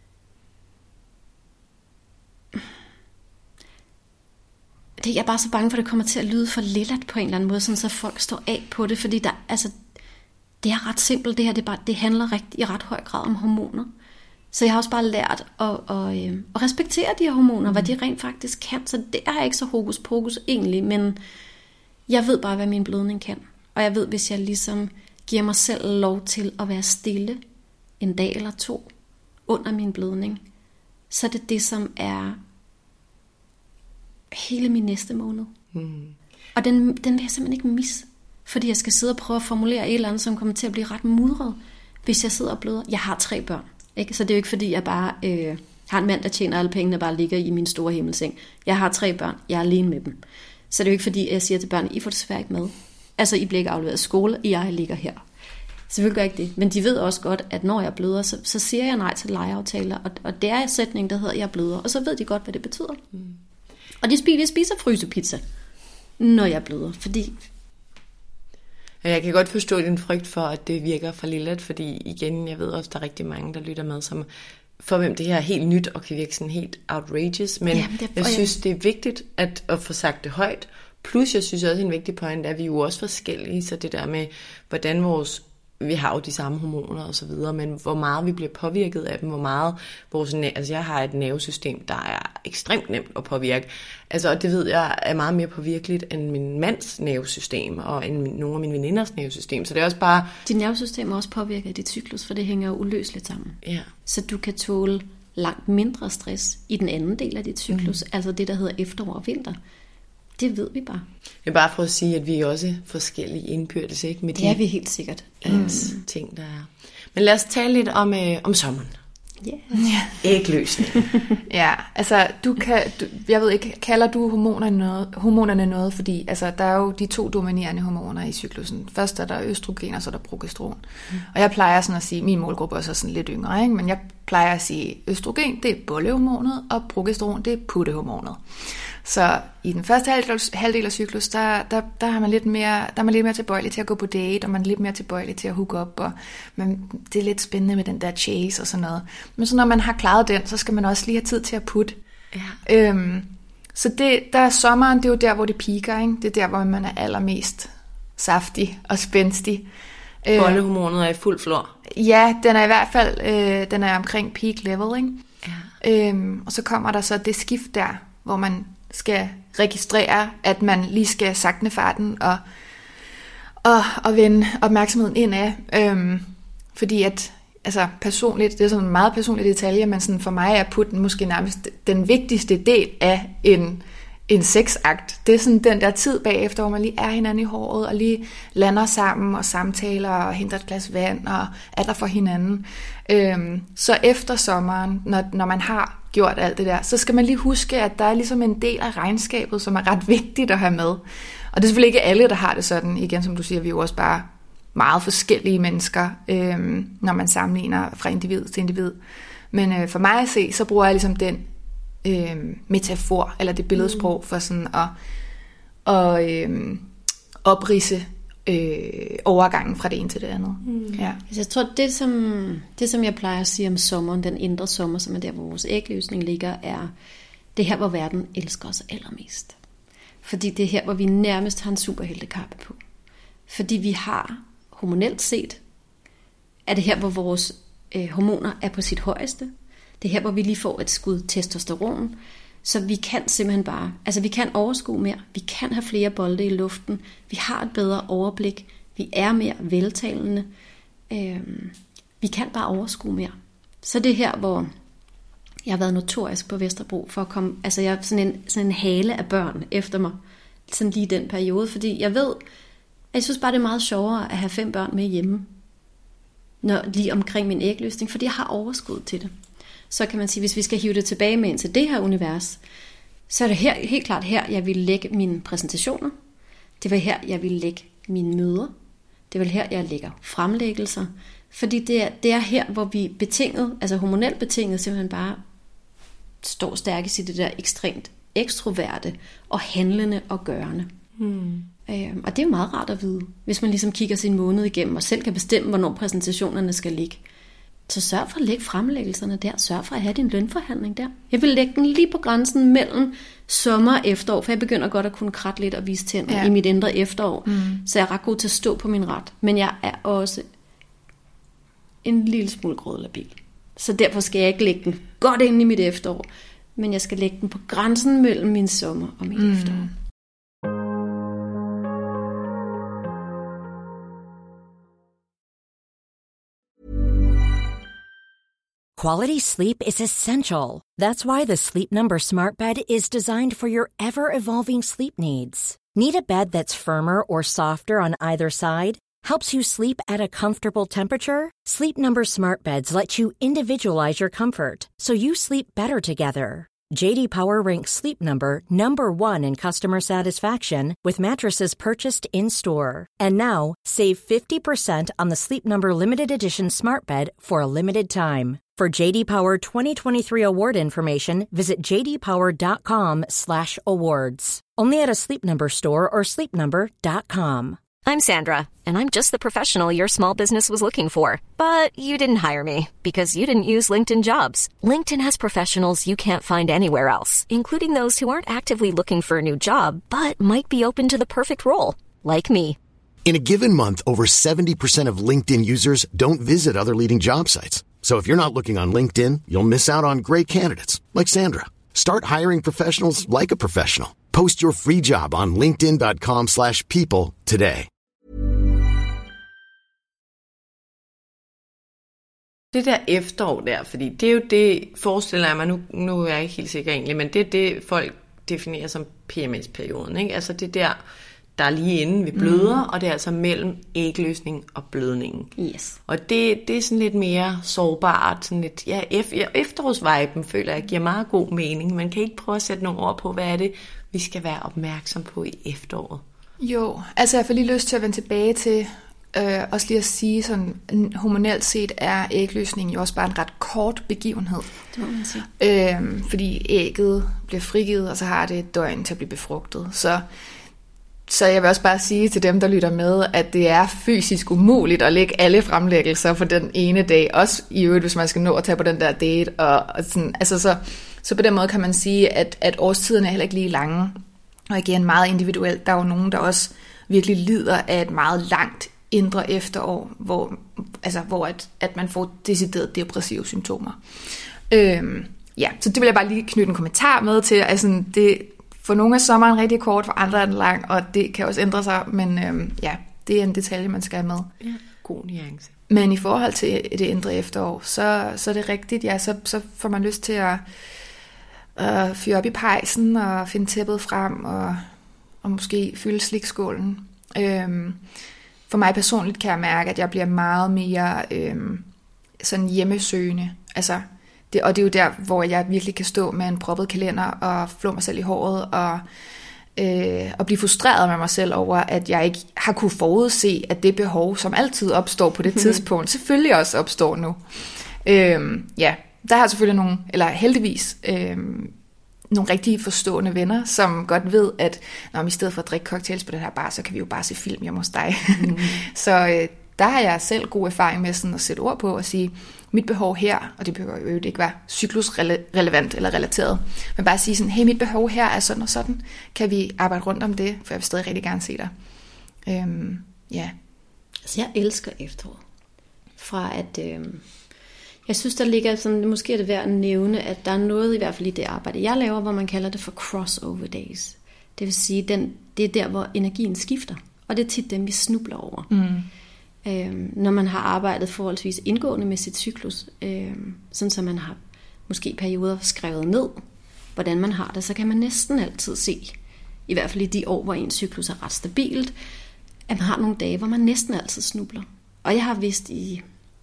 jeg er bare så bange for, at det kommer til at lyde for lillet på en eller anden måde, sådan så folk står af på det, fordi det er ret simpelt, det her, det handler i ret høj grad om hormoner. Så jeg har også bare lært at respektere de her hormoner, hvad de rent faktisk kan, så det er ikke så hokus pokus egentlig, men jeg ved bare, hvad min blødning kan, og jeg ved, hvis jeg ligesom giver mig selv lov til at være stille en dag eller 2 under min blødning, så er det som er hele min næste måned. Og den vil jeg simpelthen ikke misse, fordi jeg skal sidde og prøve at formulere et eller andet, som kommer til at blive ret mudret, hvis jeg sidder og bløder. Jeg har 3 børn, ikke? Så det er jo ikke fordi, jeg bare har en mand, der tjener alle pengene, og bare ligger i min store himmelseng. Jeg har 3 børn, jeg er alene med dem. Så det er jo ikke fordi, jeg siger til børnene, I får desværre ikke med. Altså, I bliver ikke afleveret af skole, jeg ligger her. Selvfølgelig gør jeg ikke det, men de ved også godt, at når jeg bløder, så siger jeg nej til legeaftaler, og det er en sætning, der hedder, jeg bløder, og så ved de godt, hvad det betyder. Og de spiser frysepizza, når jeg bløder, fordi... Jeg kan godt forstå din frygt for, at det virker for lille, fordi igen, jeg ved også, der er rigtig mange, der lytter med, som for hvem det her er helt nyt, og kan virke sådan helt outrageous, men jeg synes, det er vigtigt at få sagt det højt. Plus, jeg synes også, en vigtig point er, at vi er jo også forskellige, så det der med, hvordan vi har jo de samme hormoner og så videre, men hvor meget vi bliver påvirket af dem, hvor meget altså jeg har et nervesystem, der er ekstremt nemt at påvirke, altså, og det ved jeg er meget mere påvirkeligt end min mands nervesystem, og end nogle af mine veninders nervesystem, så det er også bare... Dit nervesystem er også påvirket af dit cyklus, for det hænger jo uløseligt sammen. Ja. Så du kan tåle langt mindre stress i den anden del af dit cyklus, altså det, der hedder efterår og vinter. Det ved vi bare. Jeg vil bare for at sige, at vi er også forskellige indbyrdes, ikke? Med det er vi helt sikkert. Ting, der er. Men lad os tale lidt om sommeren. Yeah. Ægløsning. Ja, altså jeg ved ikke, kalder du hormonerne noget, fordi altså, der er jo de 2 dominerende hormoner i cyklusen. Først er der østrogen, og så er der progesteron. Og jeg plejer sådan at sige, min målgruppe er så sådan lidt yngre, ikke? Men jeg plejer at sige, østrogen, det er bollehormonet, og progesteron, det er puttehormonet. Så i den første halvdel af cyklus, der er man lidt mere tilbøjelig til at gå på date, og man er lidt mere tilbøjelig til at hook op, og det er lidt spændende med den der chase og sådan noget. Men så når man har klaret den, så skal man også lige have tid til at putte. Ja. Så der er sommeren, det er jo der, hvor det piker, ikke? Det er der, hvor man er allermest saftig og spændstig. Bollehormonet er i fuld flor. Ja, den er i hvert fald den er omkring peak level, ikke? Ja. Og så kommer der så det skift der, hvor man skal registrere, at man lige skal sakne farten og vende opmærksomheden indad. Fordi at, altså personligt, det er sådan en meget personlig detalje, men sådan for mig er putten måske nærmest den vigtigste del af en sexakt. Det er sådan den der tid bagefter, hvor man lige er hinanden i håret, og lige lander sammen og samtaler og henter et glas vand og er der for hinanden. Så efter sommeren, når man har gjort alt det der, så skal man lige huske, at der er ligesom en del af regnskabet, som er ret vigtigt at have med. Og det er selvfølgelig ikke alle, der har det sådan. Igen, som du siger, vi er jo også bare meget forskellige mennesker, når man sammenligner fra individ til individ. Men for mig at se, så bruger jeg ligesom den metafor, eller det billedsprog, for sådan at opridse overgangen fra det ene til det andet. Ja. Altså, jeg tror, det som jeg plejer at sige om sommeren, den indre sommer, som er der, hvor vores ægløsning ligger, er det her, hvor verden elsker os allermest. Fordi det er her, hvor vi nærmest har en superheltekappe på. Fordi vi har, hormonelt set, er det her, hvor vores hormoner er på sit højeste. Det er her, hvor vi lige får et skud testosteron. Så vi kan simpelthen bare, altså vi kan overskue mere, vi kan have flere bolde i luften, vi har et bedre overblik, vi er mere veltalende, vi kan bare overskue mere. Så det er her, hvor jeg har været notorisk på Vesterbro for at komme, altså jeg har sådan en hale af børn efter mig, sådan lige den periode, fordi jeg synes bare, det er meget sjovere at have 5 børn med hjemme, lige omkring min ægløsning, fordi jeg har overskud til det. Så kan man sige, hvis vi skal hive det tilbage med ind til det her univers, så er det helt klart her, jeg vil lægge mine præsentationer. Det var her, jeg vil lægge mine møder. Det var her, jeg lægger fremlæggelser. Fordi det er her, hvor vi betinget, altså hormonelt betinget, simpelthen bare står stærkest i det der ekstremt ekstroverte og handlende og gørende. Og det er jo meget rart at vide, hvis man ligesom kigger sin måned igennem og selv kan bestemme, hvornår præsentationerne skal ligge. Så sørg for at lægge fremlæggelserne der. Sørg for at have din lønforhandling der. Jeg vil lægge den lige på grænsen mellem sommer og efterår, for jeg begynder godt at kunne kratte lidt og vise tænder i mit indre efterår. Så jeg er ret god til at stå på min ret. Men jeg er også en lille smule grødlabil. Så derfor skal jeg ikke lægge den godt ind i mit efterår, men jeg skal lægge den på grænsen mellem min sommer og mit efterår. Quality sleep is essential. That's why the Sleep Number Smart Bed is designed for your ever-evolving sleep needs. Need a bed that's firmer or softer on either side? Helps you sleep at a comfortable temperature? Sleep Number Smart Beds let you individualize your comfort, so you sleep better together. J.D. Power ranks Sleep Number number 1 in customer satisfaction with mattresses purchased in-store. And now, save 50% on the Sleep Number Limited Edition Smart Bed for a limited time. For J.D. Power 2023 award information, visit jdpower.com/awards. Only at a Sleep Number store or sleepnumber.com. I'm Sandra, and I'm just the professional your small business was looking for. But you didn't hire me because you didn't use LinkedIn Jobs. LinkedIn has professionals you can't find anywhere else, including those who aren't actively looking for a new job, but might be open to the perfect role, like me. In a given month, over 70% of LinkedIn users don't visit other leading job sites. So if you're not looking on LinkedIn, you'll miss out on great candidates like Sandra. Start hiring professionals like a professional. Post your free job on linkedin.com/people today. Det der efterår der, fordi det er jo det, forestiller jeg mig, nu er jeg ikke helt sikker egentlig, men det er det, folk definerer som PMS-perioden, ikke? Altså det der er lige inden vi bløder, og det er altså mellem ægløsning og blødningen. Yes. Og det er sådan lidt mere sårbart, sådan lidt, ja, efterårsviben føler jeg giver meget god mening. Man kan ikke prøve at sætte nogle ord på, hvad er det, vi skal være opmærksom på i efteråret. Jo, altså jeg får lige lyst til at vende tilbage til, også lige at sige, sådan hormonelt set er ægløsningen jo også bare en ret kort begivenhed. Det må man sige. Fordi ægget bliver frigivet, og så har det et døgn til at blive befrugtet. Så jeg vil også bare sige til dem, der lytter med, at det er fysisk umuligt at lægge alle fremlæggelser for den ene dag. Også i øvrigt, hvis man skal nå at tage på den der date. Og sådan, altså så på den måde kan man sige, at årstiden er heller ikke lige lange. Og igen meget individuelt. Der er jo nogen, der også virkelig lider af et meget langt indre efterår, hvor at man får decideret depressive symptomer. Ja, så det vil jeg bare lige knytte en kommentar med til. Altså, det for nogle er sommeren rigtig kort, for andre er den lang, og det kan også ændre sig, men ja, det er en detalje, man skal have med. Ja, god nuance. Men i forhold til det indre efterår, så er det rigtigt, ja, så får man lyst til at fyre op i pejsen og finde tæppet frem og måske fylde slikskålen. For mig personligt kan jeg mærke, at jeg bliver meget mere sådan hjemmesøgende. Altså, og det er jo der, hvor jeg virkelig kan stå med en proppet kalender og flå mig selv i håret og blive frustreret med mig selv over, at jeg ikke har kunne forudse, at det behov, som altid opstår på det tidspunkt, selvfølgelig også opstår nu. Ja, der har selvfølgelig heldigvis nogle rigtig forstående venner, som godt ved, at i stedet for at drikke cocktails på den her bar, så kan vi jo bare se film hjemme hos dig. Så der har jeg selv god erfaring med sådan at sætte ord på og sige, mit behov her, og det behøver jo ikke være cyklusrelevant eller relateret, men bare sige sådan, hey, mit behov her er sådan og sådan, kan vi arbejde rundt om det, for jeg vil stadig rigtig gerne se dig. Ja. Altså jeg elsker efteråret. Fra at, jeg synes der ligger sådan, måske er det værd at nævne, at der er noget i hvert fald i det arbejde, jeg laver, hvor man kalder det for crossover days. Det vil sige, det er der, hvor energien skifter, og det er tit dem, vi snubler over. Når man har arbejdet forholdsvis indgående med sit cyklus, sådan så man har måske perioder skrevet ned, hvordan man har det, så kan man næsten altid se, i hvert fald i de år, hvor ens cyklus er ret stabilt, at man har nogle dage, hvor man næsten altid snubler. Og jeg har vidst i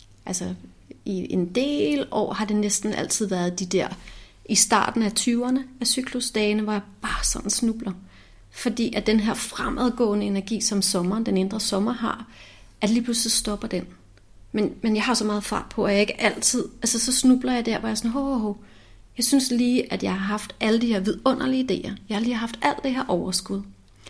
en del år, har det næsten altid været de der, i starten af 20'erne af cyklusdagene, hvor jeg bare sådan snubler. Fordi at den her fremadgående energi, som sommeren, den indre sommer har, at lige pludselig stopper den. Men jeg har så meget fart på, at jeg ikke altid, altså så snubler jeg der, hvor jeg er sådan, jeg synes lige, at jeg har haft alle de her vidunderlige idéer. Jeg har lige haft alt det her overskud.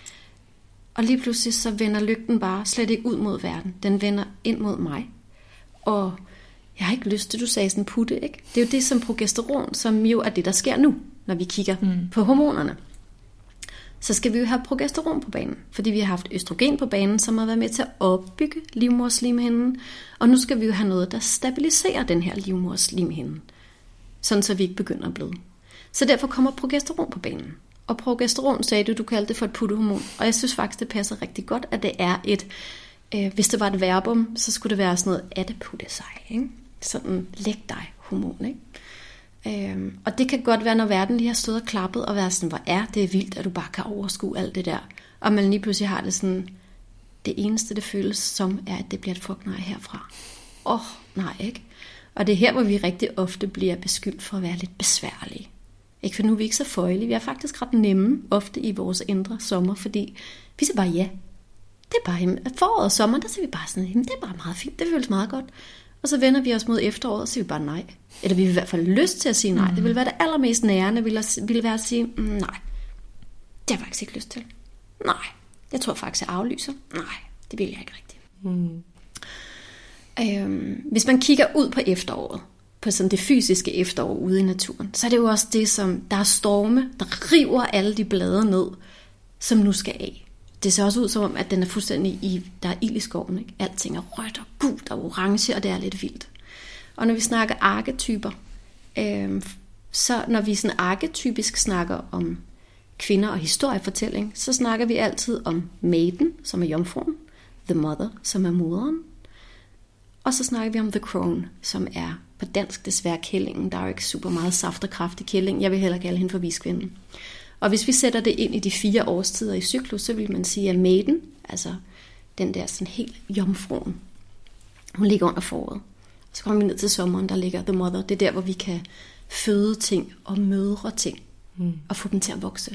Og lige pludselig så vender lygten bare slet ikke ud mod verden. Den vender ind mod mig. Og jeg har ikke lyst til, du sagde sådan putte, ikke? Det er jo det som progesteron, som jo er det, der sker nu, når vi kigger på hormonerne. Så skal vi jo have progesteron på banen, fordi vi har haft østrogen på banen, som har været med til at opbygge livmorslimhinden, og nu skal vi jo have noget, der stabiliserer den her livmorslimhinde, sådan så vi ikke begynder at bløde. Så derfor kommer progesteron på banen. Og progesteron, sagde du kaldte det for et puttehormon, og jeg synes faktisk, det passer rigtig godt, at det er et, hvis det var et verbum, så skulle det være sådan noget, at putte sig, ikke? Sådan, læg dig, hormon, ikke? Og det kan godt være, når verden lige har stået og klappet, og være sådan, hvor er det vildt, at du bare kan overskue alt det der. Og man lige pludselig har det sådan, det eneste, det føles som, er, at det bliver et frugtnej herfra. Nej, ikke? Og det er her, hvor vi rigtig ofte bliver beskyldt for at være lidt besværlige. Ikke, for nu er vi ikke så føjelige. Vi er faktisk ret nemme ofte i vores indre sommer, fordi vi siger bare ja. Det er bare foråret og sommer, der siger vi bare sådan, det er bare meget fint, det føles meget godt. Og så vender vi os mod efteråret, og siger vi bare nej. Eller vi vil i hvert fald lyst til at sige nej. Det vil være det allermest nærende, ville være at sige, nej, det har jeg faktisk ikke lyst til. Nej, jeg tror faktisk, jeg aflyser. Nej, det vil jeg ikke rigtigt. Hvis man kigger ud på efteråret, på sådan det fysiske efterår ude i naturen, så er det jo også det, som der er storme, der river alle de blade ned, som nu skal af. Det ser også ud som om, at den er fuldstændig der er ild i skoven. Ikke? Alting er rødt og gult og orange, og det er lidt vildt. Og når vi snakker arketyper, så når vi sådan arketypisk snakker om kvinder og historiefortælling, så snakker vi altid om maiden, som er jomfruen, the mother, som er moderen, og så snakker vi om the crone, som er på dansk desværre kællingen. Der er jo ikke super meget saft og kraft i kællingen. Jeg vil hellere kalde hende for viskvinden. Og hvis vi sætter det ind i de 4 årstider i cyklus, så vil man sige, at maiden, altså den der sådan helt jomfruen, hun ligger under foråret. Så kommer vi ned til sommeren, der ligger the mother. Det er der, hvor vi kan føde ting og mødre ting og få dem til at vokse.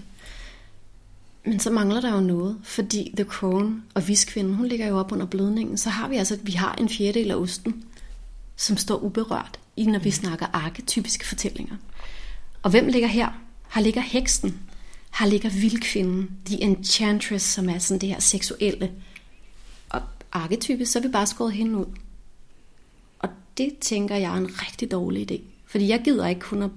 Men så mangler der jo noget, fordi the crone og viskvinden, hun ligger jo op under blødningen. Så har vi har en 1/4 af osten, som står uberørt, når vi snakker arketypiske fortællinger. Og hvem ligger her? Her ligger heksen. Her ligger vildkvinden, the enchantress, som er sådan det her seksuelle. Og arketypisk, så er vi bare skåret hende ud. Og det tænker jeg er en rigtig dårlig idé. Fordi jeg gider ikke kun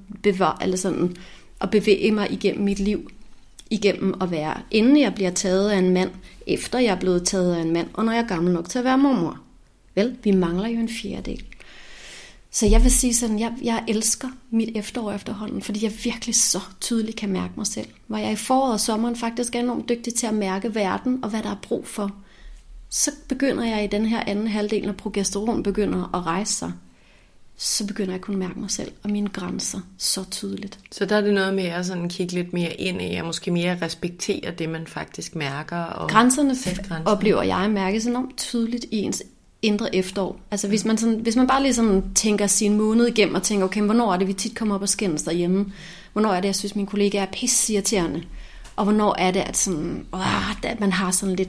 at bevæge mig igennem mit liv, igennem at være, inden jeg bliver taget af en mand, efter jeg er blevet taget af en mand, og når jeg er gammel nok til at være mormor. Vel, vi mangler jo en 1/4. Så jeg vil sige sådan, jeg elsker mit efterår efterhånden, fordi jeg virkelig så tydeligt kan mærke mig selv. Hvor jeg i foråret og sommeren faktisk er enormt dygtig til at mærke verden, og hvad der er brug for. Så begynder jeg i den her anden halvdel, når progesteron begynder at rejse sig, så begynder jeg at kunne mærke mig selv og mine grænser så tydeligt. Så der er det noget med at sådan kigge lidt mere ind i, og måske mere respektere det, man faktisk mærker. Og grænserne oplever jeg mærkes enormt tydeligt i ens indre efterår. Altså hvis man bare lige sådan tænker sin måned igennem og tænker, okay, hvornår er det, vi tit kommer op og skændes derhjemme? Hvornår er det, jeg synes, min kollega er pisseirriterende? Og hvornår er det, at man har sådan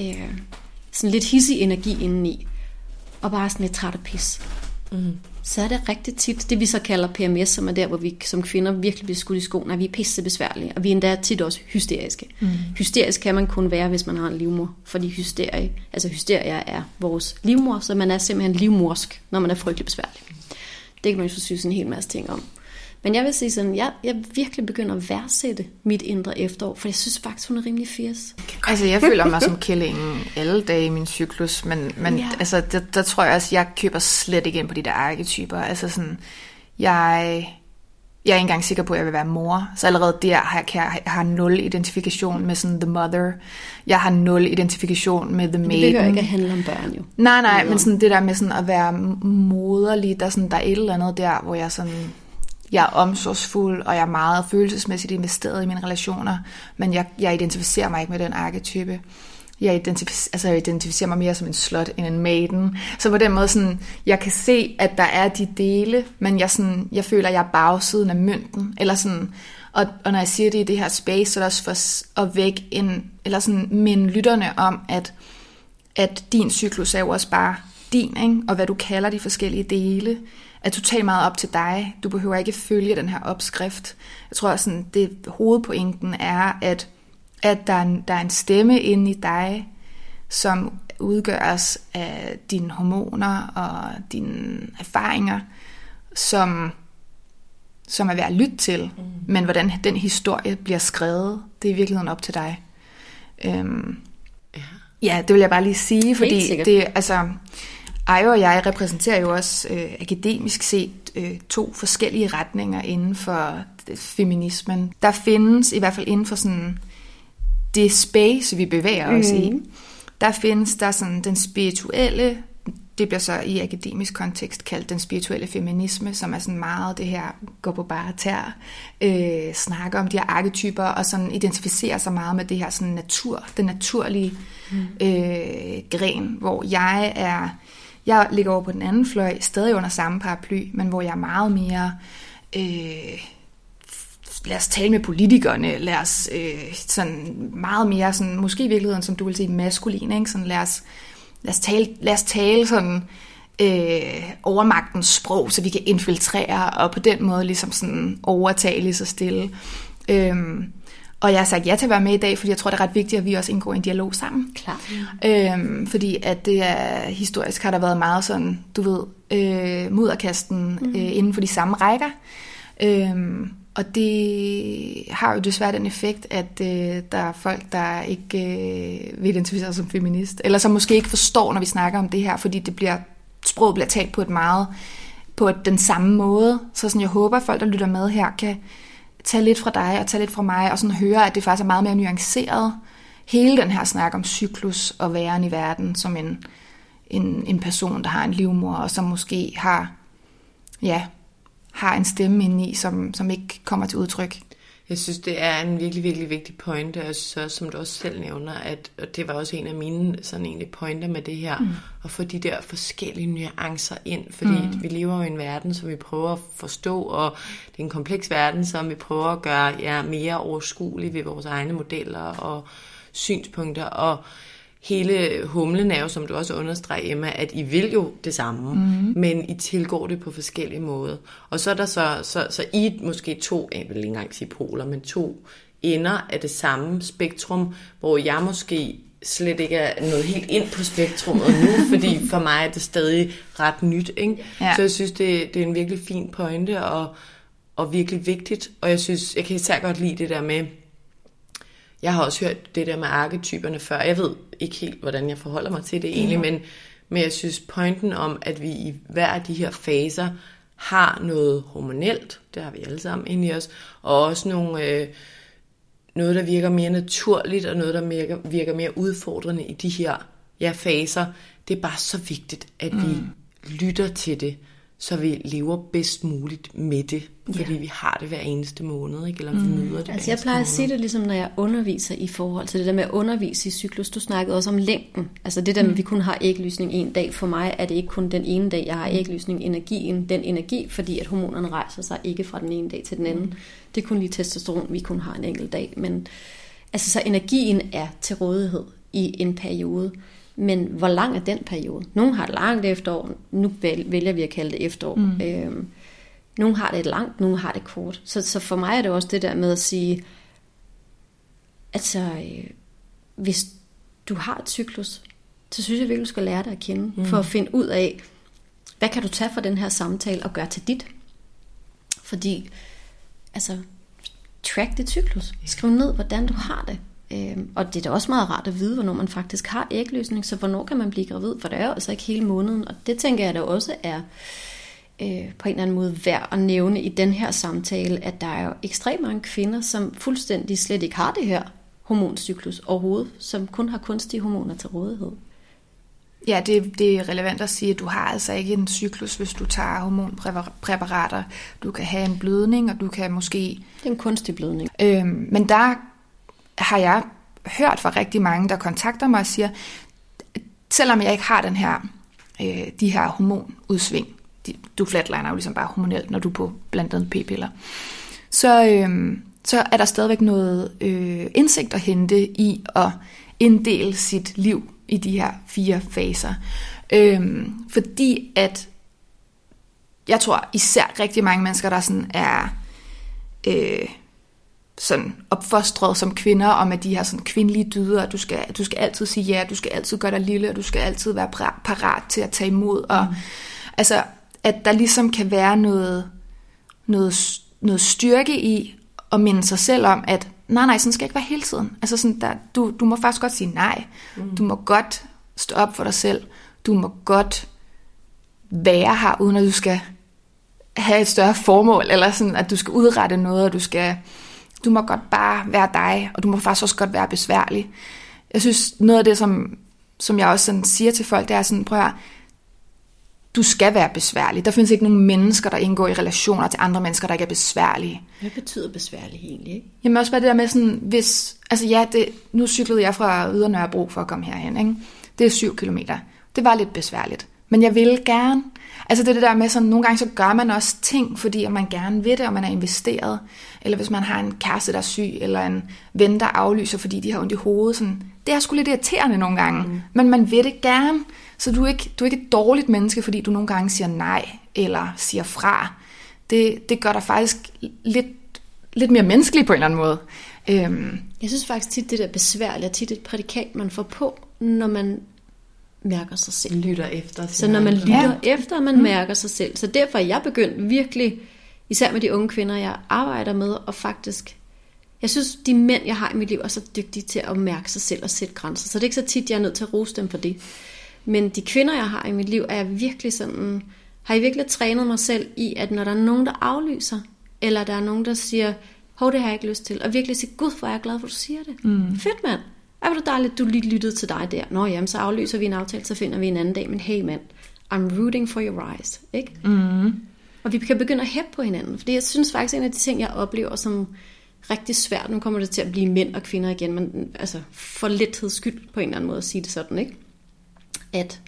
lidt hissig energi indeni, og bare sådan lidt træt af pis. Så er det rigtig tit, det vi så kalder PMS, som er der, hvor vi som kvinder virkelig bliver skudt i skoene, at vi er pissebesværlige, og vi er endda tit også hysteriske. Hysterisk kan man kun være, hvis man har en livmor, fordi hysteria er vores livmor, så man er simpelthen livmorsk, når man er frygtelig besværlig. Det kan man jo så synes en hel masse ting om. Men jeg vil sige sådan, jeg virkelig begynder at værdsætte mit indre efterår, for jeg synes faktisk, hun er rimelig fierce. Altså, jeg føler mig som kællingen alle dage i min cyklus, men ja. Altså, der tror jeg også, jeg køber slet ikke ind på de der arketyper. Altså sådan, jeg er ikke engang sikker på, at jeg vil være mor, så allerede der har 0 identifikation med sådan the mother. Jeg har 0 identifikation med the maiden. Det behøver ikke at handle om børn jo. Nej, men sådan det der med sådan at være moderlig, der er et eller andet der, hvor jeg er omsorgsfuld, og jeg er meget følelsesmæssigt investeret i mine relationer, men jeg identificerer mig ikke med den arketype. Jeg identificerer mig mere som en slut end en maiden. Så på den måde, sådan, jeg kan se, at der er de dele, men jeg føler, at jeg er bagsiden af mønten. Eller sådan, og når jeg siger det i det her space, så er det også for at vække eller sådan minde lytterne om, at din cyklus er jo også bare din, ikke? Og hvad du kalder de forskellige dele, er totalt meget op til dig. Du behøver ikke følge den her opskrift. Jeg tror, sådan, det hovedpointen er, at der er en stemme inde i dig, som udgøres af dine hormoner og dine erfaringer, som er værd at lytte til. Men hvordan den historie bliver skrevet, det er i virkeligheden op til dig. Ja, det vil jeg bare lige sige, fordi det altså Ayo og jeg repræsenterer jo også akademisk set 2 forskellige retninger inden for feminismen. Der findes, i hvert fald inden for sådan det space, vi bevæger os i, der findes der sådan den spirituelle det bliver så i akademisk kontekst kaldt den spirituelle feminisme, som er sådan meget det her, går på bare tær, snakker om de her arketyper, og sådan identificerer sig meget med det her sådan den naturlige gren, hvor jeg ligger over på den anden fløj, stadig under samme paraply, men hvor jeg er meget mere, lad os tale med politikerne, lad os sådan meget mere, sådan, måske i virkeligheden, som du vil sige, maskulin, ikke? Sådan, lad os tale sådan overmagtens sprog, så vi kan infiltrere, og på den måde ligesom sådan overtage lige så stille. Og jeg har sagt ja til at være med i dag, fordi jeg tror, det er ret vigtigt, at vi også indgår i en dialog sammen. Klar. Fordi at det er historisk, har der været meget sådan, du ved, mudderkasten inden for de samme rækker. Og det har jo desværre den effekt, at der er folk, der ikke vil identificere sig som feminist, eller som måske ikke forstår, når vi snakker om det her, fordi sproget bliver talt på den samme måde. Så sådan, jeg håber, at folk, der lytter med her, kan tage lidt fra dig og tage lidt fra mig, og sådan høre, at det faktisk er meget mere nuanceret. Hele den her snak om cyklus og væren i verden, som en person, der har en livmor, og som måske har en stemme indeni, som ikke kommer til udtryk. Jeg synes, det er en virkelig, virkelig vigtig pointe, og jeg synes også, som du også selv nævner, og det var også en af mine sådan egentlig pointer med det her, at få de der forskellige nuancer ind, fordi vi lever i en verden, som vi prøver at forstå, og det er en kompleks verden, som vi prøver at gøre mere overskuelig ved vores egne modeller og synspunkter, og hele humlen er jo, som du også understreger, Emma, at I vil jo det samme, men I tilgår det på forskellige måder. Og så er der så I måske to, jeg vil ikke engang sige poler, men to ender af det samme spektrum, hvor jeg måske slet ikke er nået helt ind på spektrummet nu, fordi for mig er det stadig ret nyt, ikke? Ja. Så jeg synes, det er en virkelig fin pointe, og virkelig vigtigt, og jeg synes, jeg kan især godt lide det der med, jeg har også hørt det der med arketyperne før. Jeg ved ikke helt, hvordan jeg forholder mig til det egentlig, men jeg synes pointen om, at vi i hver af de her faser har noget hormonelt, det har vi alle sammen inde i os, og også noget, der virker mere naturligt, og noget, der virker mere udfordrende i de her faser. Det er bare så vigtigt, at vi lytter til det, så vi lever bedst muligt med det, fordi vi har det hver eneste måned, ikke? Eller vi møder det altså jeg plejer at sige det ligesom, når jeg underviser i forhold til det der med at undervise i cyklus. Du snakkede også om længden. Altså det der med, at vi kun har æglysning en dag. For mig er det ikke kun den ene dag, jeg har æglysning, den energi, fordi at hormonerne rejser sig ikke fra den ene dag til den anden. Det er kun lige testosteron, vi kun har en enkelt dag. Men altså så energien er til rådighed i en periode. Men hvor lang er den periode? Nogle har et langt efterår, nu vælger vi at kalde det efterår. Nogle har det langt, nogle har det kort. Så for mig er det også det der med at sige, altså hvis du har et cyklus, så synes jeg virkelig, du skal lære dig at kende, for at finde ud af, hvad kan du tage fra den her samtale og gøre til dit? Fordi, altså, track dit cyklus. Skriv ned, hvordan du har det. Og det er da også meget rart at vide, hvornår man faktisk har ægløsning, så hvornår kan man blive gravid, for det er jo altså ikke hele måneden, og det tænker jeg da også er på en eller anden måde værd at nævne i den her samtale, at der er jo ekstremt mange kvinder, som fuldstændig slet ikke har det her hormoncyklus overhovedet, som kun har kunstige hormoner til rådighed. Ja, det er relevant at sige, at du har altså ikke en cyklus, hvis du tager hormonpræparater. Du kan have en blødning, og du kan måske... Det er en kunstig blødning. Men der har jeg hørt fra rigtig mange, der kontakter mig og siger, selvom jeg ikke har den her, de her hormonudsving, du flatliner jo ligesom bare hormonelt, når du er på blandt andet p-piller, så er der stadigvæk noget indsigt at hente i at inddele sit liv i de her 4 faser. Fordi at jeg tror især rigtig mange mennesker, der sådan er sådan opfostret som kvinder, og med de her sådan kvindelige dyder, at du skal altid sige ja, du skal altid gøre dig lille, og du skal altid være parat til at tage imod, og altså, at der ligesom kan være noget styrke i at minde sig selv om, at nej, sådan skal ikke være hele tiden. Altså sådan, du må faktisk godt sige nej. Du må godt stå op for dig selv. Du må godt være her, uden at du skal have et større formål, eller sådan, at du skal udrette noget, og du må godt bare være dig, og du må faktisk også godt være besværlig. Jeg synes, noget af det, som jeg også sådan siger til folk, det er sådan, prøv at du skal være besværlig. Der findes ikke nogen mennesker, der indgår i relationer til andre mennesker, der ikke er besværlige. Hvad betyder besværlig egentlig, ikke? Jamen også bare det der med sådan, hvis, altså ja, nu cyklede jeg fra Ydre Nørrebro for at komme herhen, ikke? Det er 7 kilometer. Det var lidt besværligt, men jeg ville gerne. Altså det der med sådan, nogle gange så gør man også ting, fordi man gerne vil det, og man er investeret. Eller hvis man har en kæreste, der er syg, eller en ven, der aflyser, fordi de har ondt i hovedet. Sådan, det er sgu lidt irriterende nogle gange, men man vil det gerne. Så du er ikke et dårligt menneske, fordi du nogle gange siger nej, eller siger fra. Det gør dig faktisk lidt mere menneskelig på en eller anden måde. Jeg synes faktisk tit, det der besværligt er tit et prædikat, man får på, når man mærker sig selv. Lytter efter. Så når man lytter efter, og man mærker sig selv. Så derfor er jeg begyndt virkelig, især med de unge kvinder, jeg arbejder med, og faktisk, jeg synes, de mænd, jeg har i mit liv, er så dygtige til at mærke sig selv og sætte grænser. Så det er ikke så tit, jeg er nødt til at rose dem for det. Men de kvinder, jeg har i mit liv, er jeg virkelig sådan, har jeg virkelig trænet mig selv i, at når der er nogen, der aflyser, eller der er nogen, der siger, hov, det har jeg ikke lyst til, og virkelig sige, gud, hvor er jeg glad for, at du siger det. Fedt, mand. Er det dejligt, du lige lyttede til dig der. Nå, jamen, så aflyser vi en aftale, så finder vi en anden dag. Men hey, mand, I'm rooting for your rise. Ikke? Og vi kan begynde at hæppe på hinanden. Fordi jeg synes faktisk, en af de ting, jeg oplever som rigtig svært, nu kommer det til at blive mænd og kvinder igen, men altså for letheds skyld på en eller anden måde at sige det sådan, ikke? At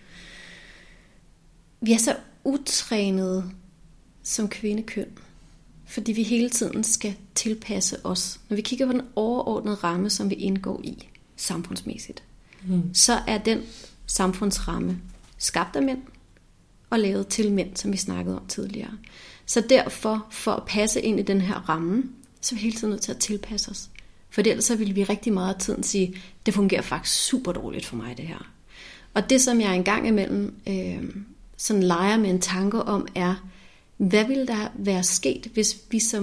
vi er så utrænede som kvindekøn, fordi vi hele tiden skal tilpasse os. Når vi kigger på den overordnede ramme, som vi indgår i, samfundsmæssigt, så er den samfundsramme skabt af mænd og lavet til mænd, som vi snakkede om tidligere. Så derfor, for at passe ind i den her ramme, så er vi hele tiden nødt til at tilpasse os. For ellers så vil vi rigtig meget af tiden sige, det fungerer faktisk super dårligt for mig, det her. Og det, som jeg engang imellem sådan leger med en tanke om, er, hvad ville der være sket, hvis vi som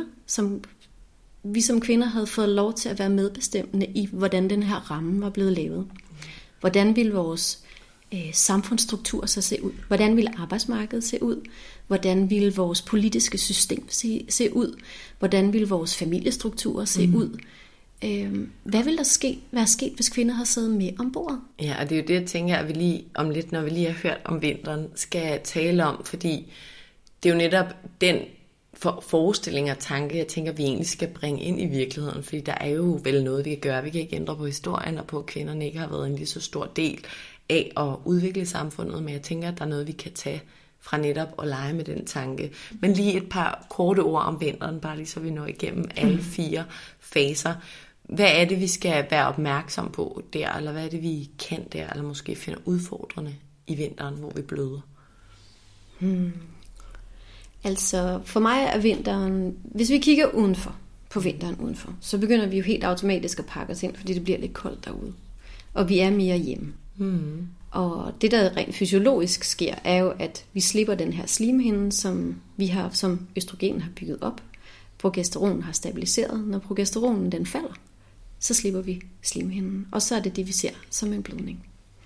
kvinder havde fået lov til at være medbestemmende i, hvordan den her ramme var blevet lavet. Hvordan ville vores samfundsstruktur så se ud? Hvordan ville arbejdsmarkedet se ud? Hvordan ville vores politiske system se ud? Hvordan ville vores familiestrukturer se ud? Hvad ville der være sket, hvis kvinder havde siddet med ombord? Ja, og det er jo det, jeg tænker, at vi lige om lidt, når vi lige har hørt om vinteren, skal tale om, fordi det er jo netop den forestilling og tanke, jeg tænker, vi egentlig skal bringe ind i virkeligheden, fordi der er jo vel noget, vi kan gøre. Vi kan ikke ændre på historien, og på at kvinderne ikke har været en lige så stor del af at udvikle samfundet, men jeg tænker, at der er noget, vi kan tage fra netop at lege med den tanke. Men lige et par korte ord om vinteren, bare lige så vi når igennem alle 4 faser. Hvad er det, vi skal være opmærksom på der, eller hvad er det, vi kan der, eller måske finder udfordrende i vinteren, hvor vi bløder? Altså, for mig er vinteren, hvis vi kigger udenfor, på vinteren udenfor, så begynder vi jo helt automatisk at pakke os ind, fordi det bliver lidt koldt derude. Og vi er mere hjemme. Og det, der rent fysiologisk sker, er jo, at vi slipper den her slimhinde, som østrogen har bygget op. Progesteronen har stabiliseret. Når progesteronen den falder, så slipper vi slimhinden. Og så er det, vi ser som en blødning.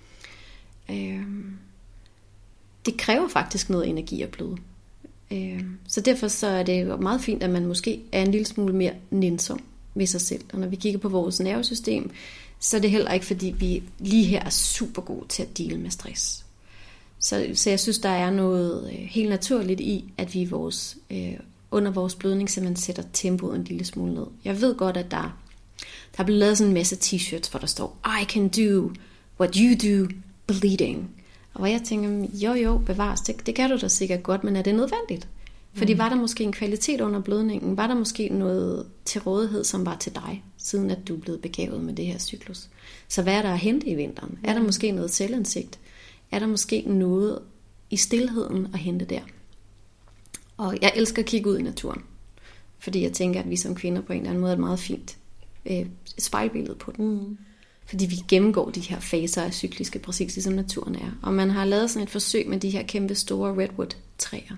Det kræver faktisk noget energi at bløde. Så derfor så er det jo meget fint, at man måske er en lille smule mere nænsom ved sig selv. Og når vi kigger på vores nervesystem, så er det heller ikke, fordi vi lige her er super gode til at deale med stress. Så jeg synes, der er noget helt naturligt i, at vi under vores blødning simpelthen sætter tempoet en lille smule ned. Jeg ved godt, at der er blevet lavet sådan en masse t-shirts, hvor der står, I can do what you do bleeding. Og hvor jeg tænker, jo, bevares, det kan du da sikkert godt, men er det nødvendigt? Fordi var der måske en kvalitet under blødningen? Var der måske noget til rådighed, som var til dig, siden at du er blevet begavet med det her cyklus? Så hvad er der at hente i vinteren? Er der måske noget selvindsigt? Er der måske noget i stilheden at hente der? Og jeg elsker at kigge ud i naturen, fordi jeg tænker, at vi som kvinder på en eller anden måde er et meget fint spejlbillede på den. Fordi vi gennemgår de her faser af cykliske, præcis ligesom naturen er. Og man har lavet sådan et forsøg med de her kæmpe store redwood-træer,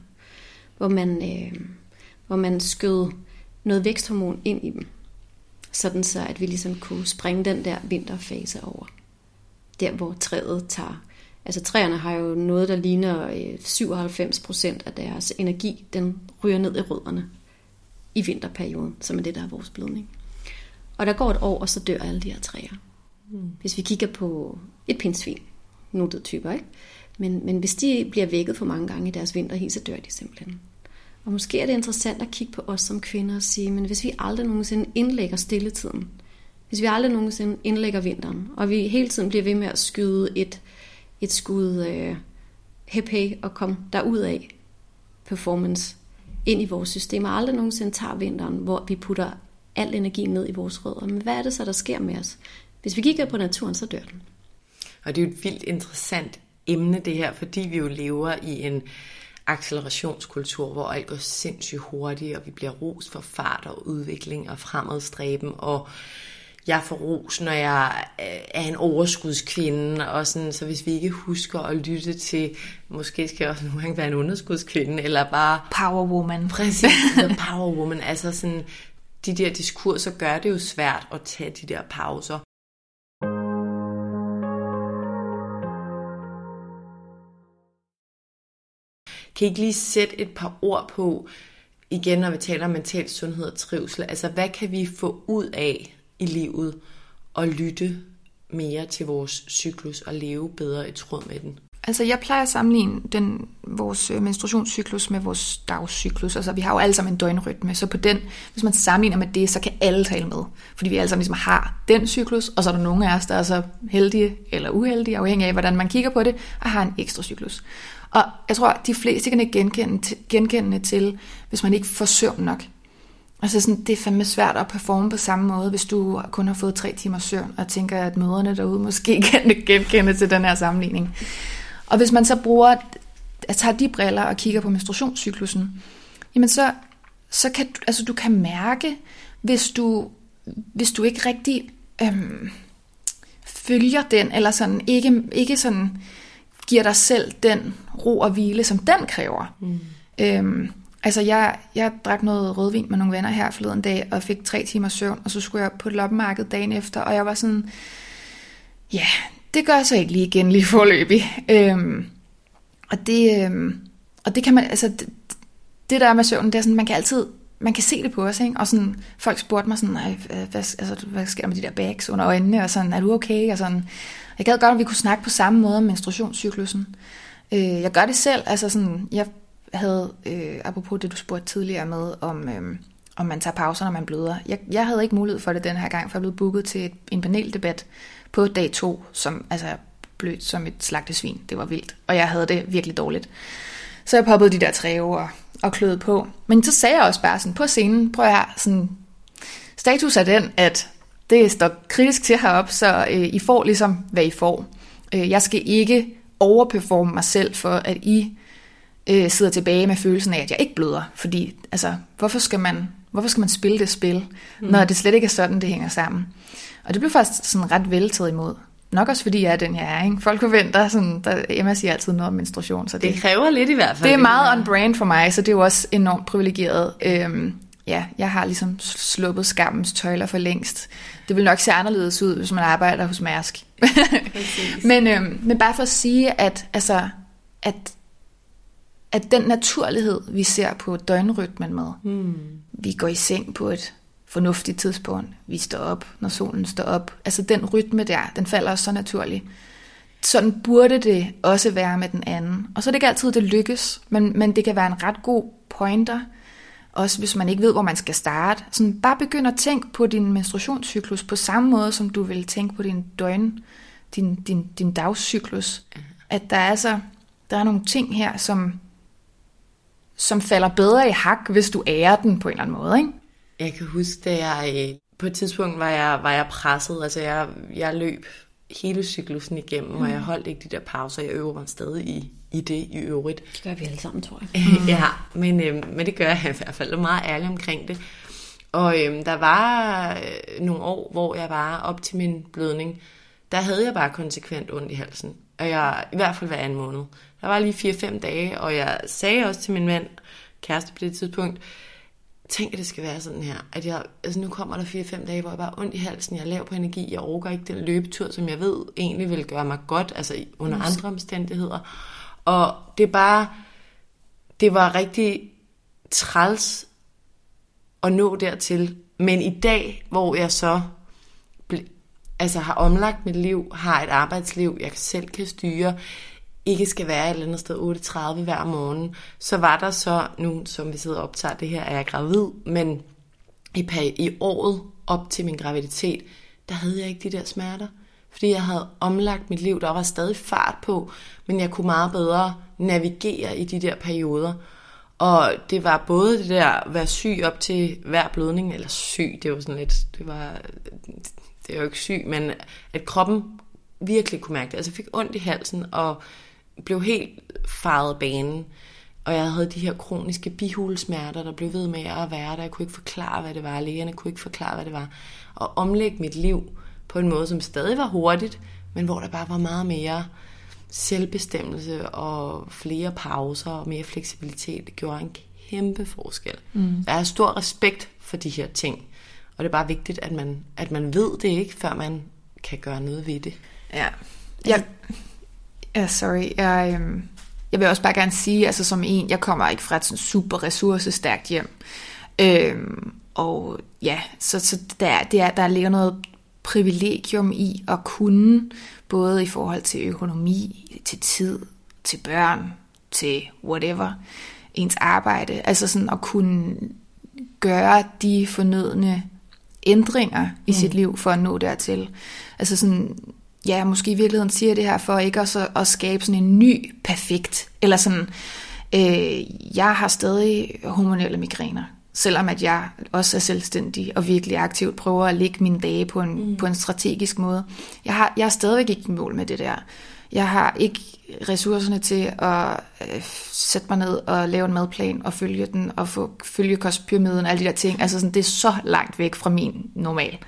hvor man skød noget væksthormon ind i dem, sådan så at vi ligesom kunne springe den der vinterfase over. Der hvor træet tager, altså træerne har jo noget, der ligner 97% af deres energi, den ryger ned i rødderne i vinterperioden, som er det, der er vores blødning. Og der går et år, og så dør alle de her træer. Hvis vi kigger på et pindsvin, nuttede typer, ikke? Men hvis de bliver vækket for mange gange i deres vinterhi, så dør de simpelthen. Og måske er det interessant at kigge på os som kvinder og sige, men hvis vi aldrig nogensinde indlægger stilletiden, hvis vi aldrig nogensinde indlægger vinteren, og vi hele tiden bliver ved med at skyde et skud hey og komme derud af performance ind i vores system, og aldrig nogensinde tager vinteren, hvor vi putter al energi ned i vores rødder. Men hvad er det så, der sker med os? Hvis vi kigger på naturen, så dør den. Og det er jo et vildt interessant emne det her, fordi vi jo lever i en accelerationskultur, hvor alt går sindssygt hurtigt, og vi bliver rost for fart og udvikling og fremadstræben, og jeg får ros, når jeg er en overskudskvinde, og sådan, så hvis vi ikke husker at lytte til, måske skal jeg også nogle gange være en underskudskvinde, eller bare Power woman. Præcis, power woman, altså sådan, de der diskurser gør det jo svært at tage de der pauser. Kan I ikke lige sætte et par ord på, igen når vi taler om mental sundhed og trivsel, altså hvad kan vi få ud af i livet og lytte mere til vores cyklus og leve bedre i tråd med den? Altså jeg plejer at sammenligne vores menstruationscyklus med vores dagscyklus. Altså vi har jo alle sammen en døgnrytme, så på den, hvis man sammenligner med det, så kan alle tale med. Fordi vi alle sammen ligesom har den cyklus, og så er der nogle af os, der er så heldige eller uheldige, afhængig af hvordan man kigger på det, og har en ekstra cyklus. Og jeg tror, at de fleste kan ikke genkende til, hvis man ikke får søvn nok. Altså sådan, det er fandme svært at performe på samme måde, hvis du kun har fået 3 timer søvn, og tænker, at mødrene derude måske kan genkende til den her sammenligning. Og hvis man så tager de briller og kigger på menstruationscyklusen, jamen så kan du kan mærke, hvis du ikke rigtig følger den, eller sådan ikke sådan giver dig selv den ro og hvile, som den kræver. Altså jeg drak noget rødvin med nogle venner her forleden dag, og fik 3 timer søvn, og så skulle jeg på et loppemarked dagen efter, og jeg var sådan, ja, det gør jeg så ikke lige igen lige forløbig. Og det kan man, altså det der med søvnen, det er sådan, man kan se det på os, ikke? Og sådan, folk spurgte mig sådan, hvad sker der med de der bags under øjnene, og sådan, er du okay? Og sådan, jeg gad godt, at vi kunne snakke på samme måde om menstruationscyklusen. Jeg gør det selv, altså sådan, jeg havde, apropos det du spurgte tidligere med, om man tager pauser, når man bløder. Jeg havde ikke mulighed for det den her gang, for jeg blev booket til en paneldebat på dag 2, som altså blødt som et slagtesvin. Det var vildt, og jeg havde det virkelig dårligt. Så jeg poppede de der træve og kløede på. Men så sagde jeg også bare sådan på scenen, prøv her, sådan, status er den, at det står kritisk til heroppe, så I får ligesom, hvad I får. Jeg skal ikke overperforme mig selv for, at I sidder tilbage med følelsen af, at jeg ikke bløder. Fordi, altså, hvorfor skal man spille det spil, når det slet ikke er sådan, det hænger sammen? Og det blev faktisk sådan ret veltaget imod. Nok også fordi jeg er den, jeg er, ikke? Folk forventer, sådan, Emma siger altid noget om menstruation. Så det kræver lidt i hvert fald. Det er meget on brand for mig, så det er jo også enormt privilegeret. Jeg har ligesom sluppet skammens tøjler for længst. Det vil nok se anderledes ud, hvis man arbejder hos Mærsk. men bare for at sige, at den naturlighed, vi ser på døgnrytmen med, vi går i seng på et fornuftigt tidspunkt, vi står op, når solen står op, altså den rytme der, den falder også så naturligt. Sådan burde det også være med den anden. Og så er det ikke altid, det lykkes, men det kan være en ret god pointer, også hvis man ikke ved, hvor man skal starte. Sådan bare begynd at tænke på din menstruationscyklus på samme måde, som du vil tænke på din dagscyklus. At der er nogle ting her, som falder bedre i hak, hvis du ærer den på en eller anden måde, ikke? Jeg kan huske, da jeg på et tidspunkt var jeg presset, altså jeg løb hele cyklusen igennem, og jeg holdt ikke de der pauser, jeg øver mig stadig i det i øvrigt. Det gør vi alle sammen, tror jeg. Ja, men det gør jeg i hvert fald, jeg er meget ærlig omkring det. Og der var nogle år, hvor jeg var op til min blødning, der havde jeg bare konsekvent ondt i halsen, og jeg i hvert fald hver anden måned. Der var lige 4-5 dage, og jeg sagde også til min mand, kæreste på det tidspunkt, tænk, at det skal være sådan her, at nu kommer der 4-5 dage, hvor jeg bare har ondt i halsen, jeg er lav på energi, jeg orker ikke den løbetur, som jeg ved egentlig vil gøre mig godt, altså under andre omstændigheder. Og det var rigtig træls at nå dertil. Men i dag, hvor jeg så har omlagt mit liv, har et arbejdsliv, jeg selv kan styre, ikke skal være et eller andet sted 8:30 hver morgen, så var der så, nu som vi sidder og optager det her, er jeg gravid, men i året op til min graviditet, der havde jeg ikke de der smerter. Fordi jeg havde omlagt mit liv, der var stadig fart på, men jeg kunne meget bedre navigere i de der perioder. Og det var både det der at være syg op til hver blødning, eller syg, det var sådan lidt, det er jo ikke syg, men at kroppen virkelig kunne mærke det. Altså jeg fik ondt i halsen og blev helt faret af banen. Og jeg havde de her kroniske bihulesmerter, der blev ved med at være der. Jeg kunne ikke forklare, hvad det var. Lægerne kunne ikke forklare, hvad det var. Og omlægge mit liv på en måde, som stadig var hurtigt, men hvor der bare var meget mere selvbestemmelse og flere pauser og mere fleksibilitet. Det gjorde en kæmpe forskel. Jeg har stor respekt for de her ting, og det er bare vigtigt, at man ved det ikke, før man kan gøre noget ved det. Sorry. Jeg vil også bare gerne sige, altså som jeg kommer ikke fra et sådan super ressourcestærkt hjem. Og ja, så der ligger noget privilegium i at kunne, både i forhold til økonomi, til tid, til børn, til whatever, ens arbejde. Altså sådan at kunne gøre de fornødne ændringer i sit liv for at nå dertil. Altså sådan, ja, måske i virkeligheden siger det her for ikke at skabe sådan en ny perfekt, eller sådan, jeg har stadig hormonelle migræner, selvom at jeg også er selvstændig og virkelig aktivt prøver at lægge mine dage på en strategisk måde. Jeg har stadigvæk ikke mål med det der. Jeg har ikke ressourcerne til at sætte mig ned og lave en madplan og følge den og følge kostpyramiden og alle de der ting. Altså sådan, det er så langt væk fra min normal.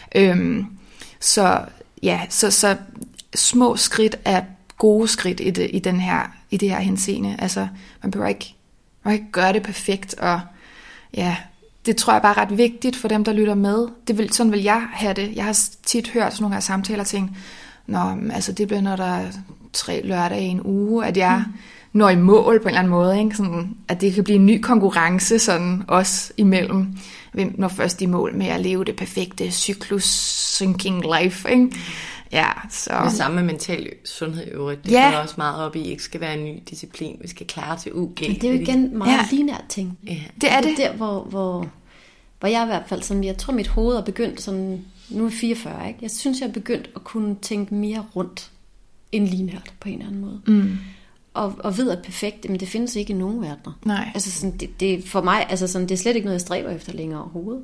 Så små skridt er gode skridt i det her henseende. Altså man behøver ikke gøre det perfekt, og ja, det tror jeg bare er ret vigtigt for dem, der lytter med. Sådan vil jeg have det. Jeg har tit hørt sådan nogle her samtaler og tænkt, altså det bliver, når der er 3 lørdage i en uge, at jeg når i mål på en eller anden måde, ikke? Sådan, at det kan blive en ny konkurrence sådan os imellem, hvem når først i mål med at leve det perfekte cyklus-syncing life, ikke? Ja, så. Det samme med mental sundhed i øvrigt. Det er også meget op i, ikke skal være en ny disciplin, vi skal klare til UG. Men det er jo igen meget lineært ting. Ja. Det er det. Der, hvor jeg i hvert fald, sådan, jeg tror mit hoved er begyndt sådan, nu er 44, ikke? Jeg synes, jeg er begyndt at kunne tænke mere rundt end lineært på en eller anden måde. Og ved at perfekt, men det findes ikke i nogen verdener. Nej. Altså sådan, det for mig, altså sådan, det er slet ikke noget, jeg stræber efter længere overhovedet.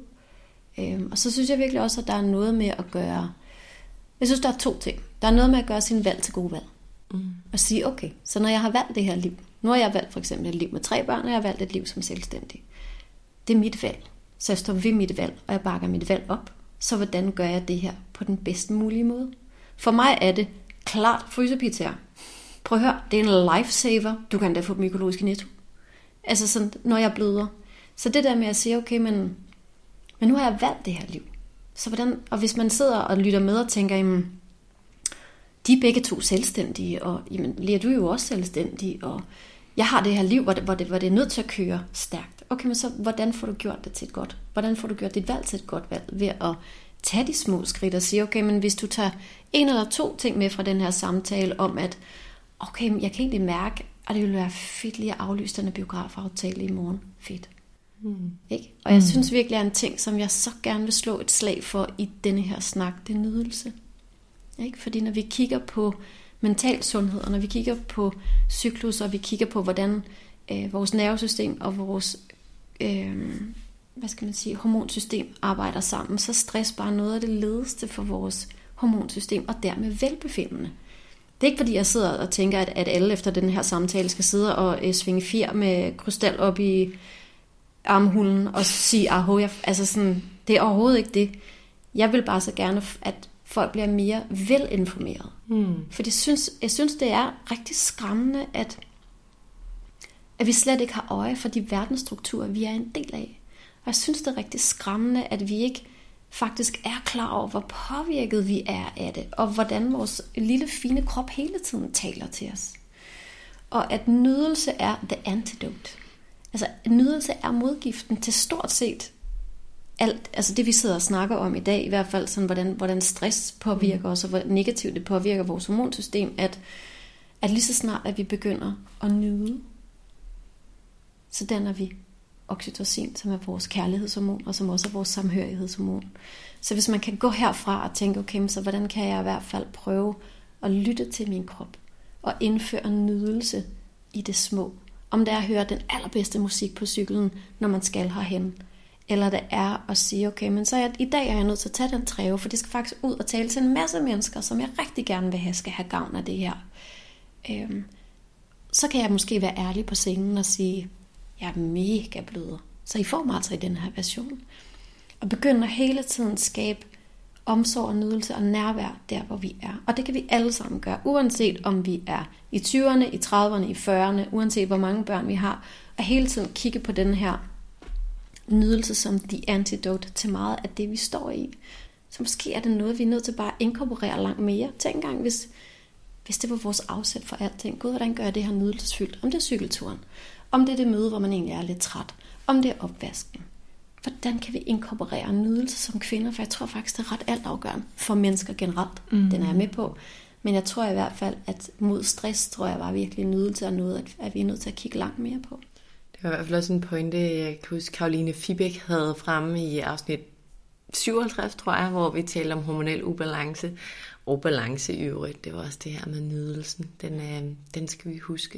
Og så synes jeg virkelig også, at der er noget med at gøre. Jeg synes, der er 2 ting. Der er noget med at gøre sin valg til gode valg. Og sige, okay, så når jeg har valgt det her liv, nu har jeg valgt for eksempel et liv med 3 børn, og jeg har valgt et liv som selvstændig. Det er mit valg. Så jeg står ved mit valg, og jeg bakker mit valg op. Så hvordan gør jeg det her på den bedst mulige måde? For mig er det klart frysepizzaer. Prøv at høre, det er en lifesaver. Du kan da få dem økologisk i Netto. Altså sådan, når jeg bløder. Så det der med at sige, okay, men nu har jeg valgt det her liv. Så hvordan, og hvis man sidder og lytter med og tænker, jamen, de er begge 2 selvstændige, og jamen, Lea, du er jo også selvstændig, og jeg har det her liv, hvor det er nødt til at køre stærkt. Okay, men så hvordan får du gjort det til et godt? Hvordan får du gjort dit valg til et godt valg? Ved at tage de små skridt og sige, okay, men hvis du tager 1 eller 2 ting med fra den her samtale om, at okay, jeg kan egentlig mærke, at det ville være fedt lige at aflyse den biografaftale i morgen. Fedt. Ikke? Og jeg synes virkelig er en ting, som jeg så gerne vil slå et slag for i denne her snak, det er nydelse. Ikke? Fordi når vi kigger på mental sundhed, og når vi kigger på cyklus, og vi kigger på, hvordan vores nervesystem og vores hormonsystem arbejder sammen, så stress bare noget af det ledeste for vores hormonsystem, og dermed velbefindende. Det er ikke fordi, jeg sidder og tænker, at alle efter den her samtale skal sidde og svinge fjer med krystal op i armhulen og sige, altså sådan, det er overhovedet ikke det. Jeg vil bare så gerne, at folk bliver mere velinformeret. For jeg synes, det er rigtig skræmmende, at vi slet ikke har øje for de verdensstrukturer, vi er en del af. Og jeg synes, det er rigtig skræmmende, at vi ikke faktisk er klar over, hvor påvirket vi er af det, og hvordan vores lille fine krop hele tiden taler til os. Og at nydelse er the antidote. Altså nydelse er modgiften til stort set alt, altså det vi sidder og snakker om i dag, i hvert fald sådan, hvordan stress påvirker os, og hvor negativt det påvirker vores hormonsystem, at at lige så snart, at vi begynder at nyde, så danner vi oxytocin, som er vores kærlighedshormon, og som også er vores samhørighedshormon. Så hvis man kan gå herfra og tænke, okay, så hvordan kan jeg i hvert fald prøve at lytte til min krop, og indføre nydelse i det små. Om det er at høre den allerbedste musik på cyklen, når man skal herhen, eller det er at sige, okay, men så i dag er jeg nødt til at tage den træve, for det skal faktisk ud og tale til en masse mennesker, som jeg rigtig gerne vil have, skal have gavn af det her. Så kan jeg måske være ærlig på scenen og sige, jeg er mega blød. Så I får mig altså i den her version. Og begynder hele tiden skabe omsorg og nydelse og nærvær der, hvor vi er. Og det kan vi alle sammen gøre, uanset om vi er i 20'erne, i 30'erne, i 40'erne, uanset hvor mange børn vi har. Og hele tiden kigge på den her nydelse som the antidote til meget af det, vi står i. Så måske er det noget, vi er nødt til bare at inkorporere langt mere. Tænk engang, hvis det var vores afsæt for alting. Gud, hvordan gør jeg det her nydelsesfyldt? Om det er cykelturen, om det er det møde, hvor man egentlig er lidt træt, om det er opvasken. Hvordan kan vi inkorporere nydelse som kvinder? For jeg tror faktisk, det er ret altafgørende for mennesker generelt. Den er jeg med på. Men jeg tror i hvert fald, at mod stress, tror jeg var virkelig nydelse og noget, at vi er nødt til at kigge langt mere på. Det var i hvert fald også en pointe, jeg kan huske, Caroline Fibæk havde fremme i afsnit 57, tror jeg, hvor vi talte om hormonel ubalance og balance i øvrigt. Det var også det her med nydelsen. Den skal vi huske.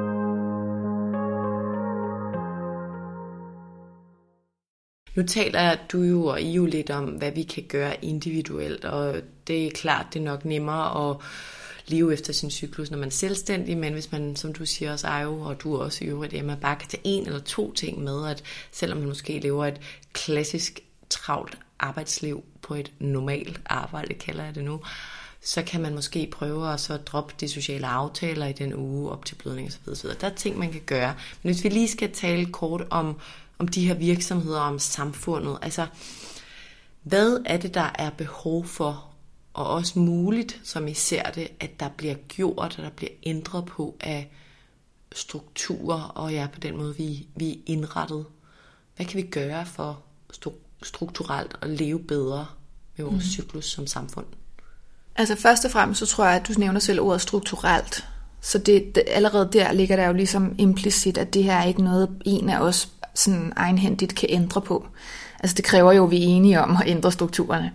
Nu taler du jo og I jo lidt om, hvad vi kan gøre individuelt, og det er klart, det er nok nemmere at leve efter sin cyklus, når man er selvstændig, men hvis man, som du siger også, Ayo, og du også i øvrigt, at man bare kan tage en eller to ting med, at selvom man måske lever et klassisk travlt arbejdsliv på et normalt arbejde, kalder jeg det nu, så kan man måske prøve at så droppe de sociale aftaler i den uge op til blødning osv. Der er ting, man kan gøre. Men hvis vi lige skal tale kort om de her virksomheder, om samfundet, altså hvad er det, der er behov for, og også muligt, som I ser det, at der bliver gjort, og der bliver ændret på af strukturer, og ja, på den måde, vi er indrettet. Hvad kan vi gøre for strukturelt at leve bedre med vores cyklus som samfund? Altså først og fremmest, så tror jeg, at du nævner selv ordet strukturelt. Så det allerede der ligger der jo ligesom implicit, at det her er ikke noget, en af os sådan egenhændigt kan ændre på. Altså det kræver jo, at vi er enige om at ændre strukturerne.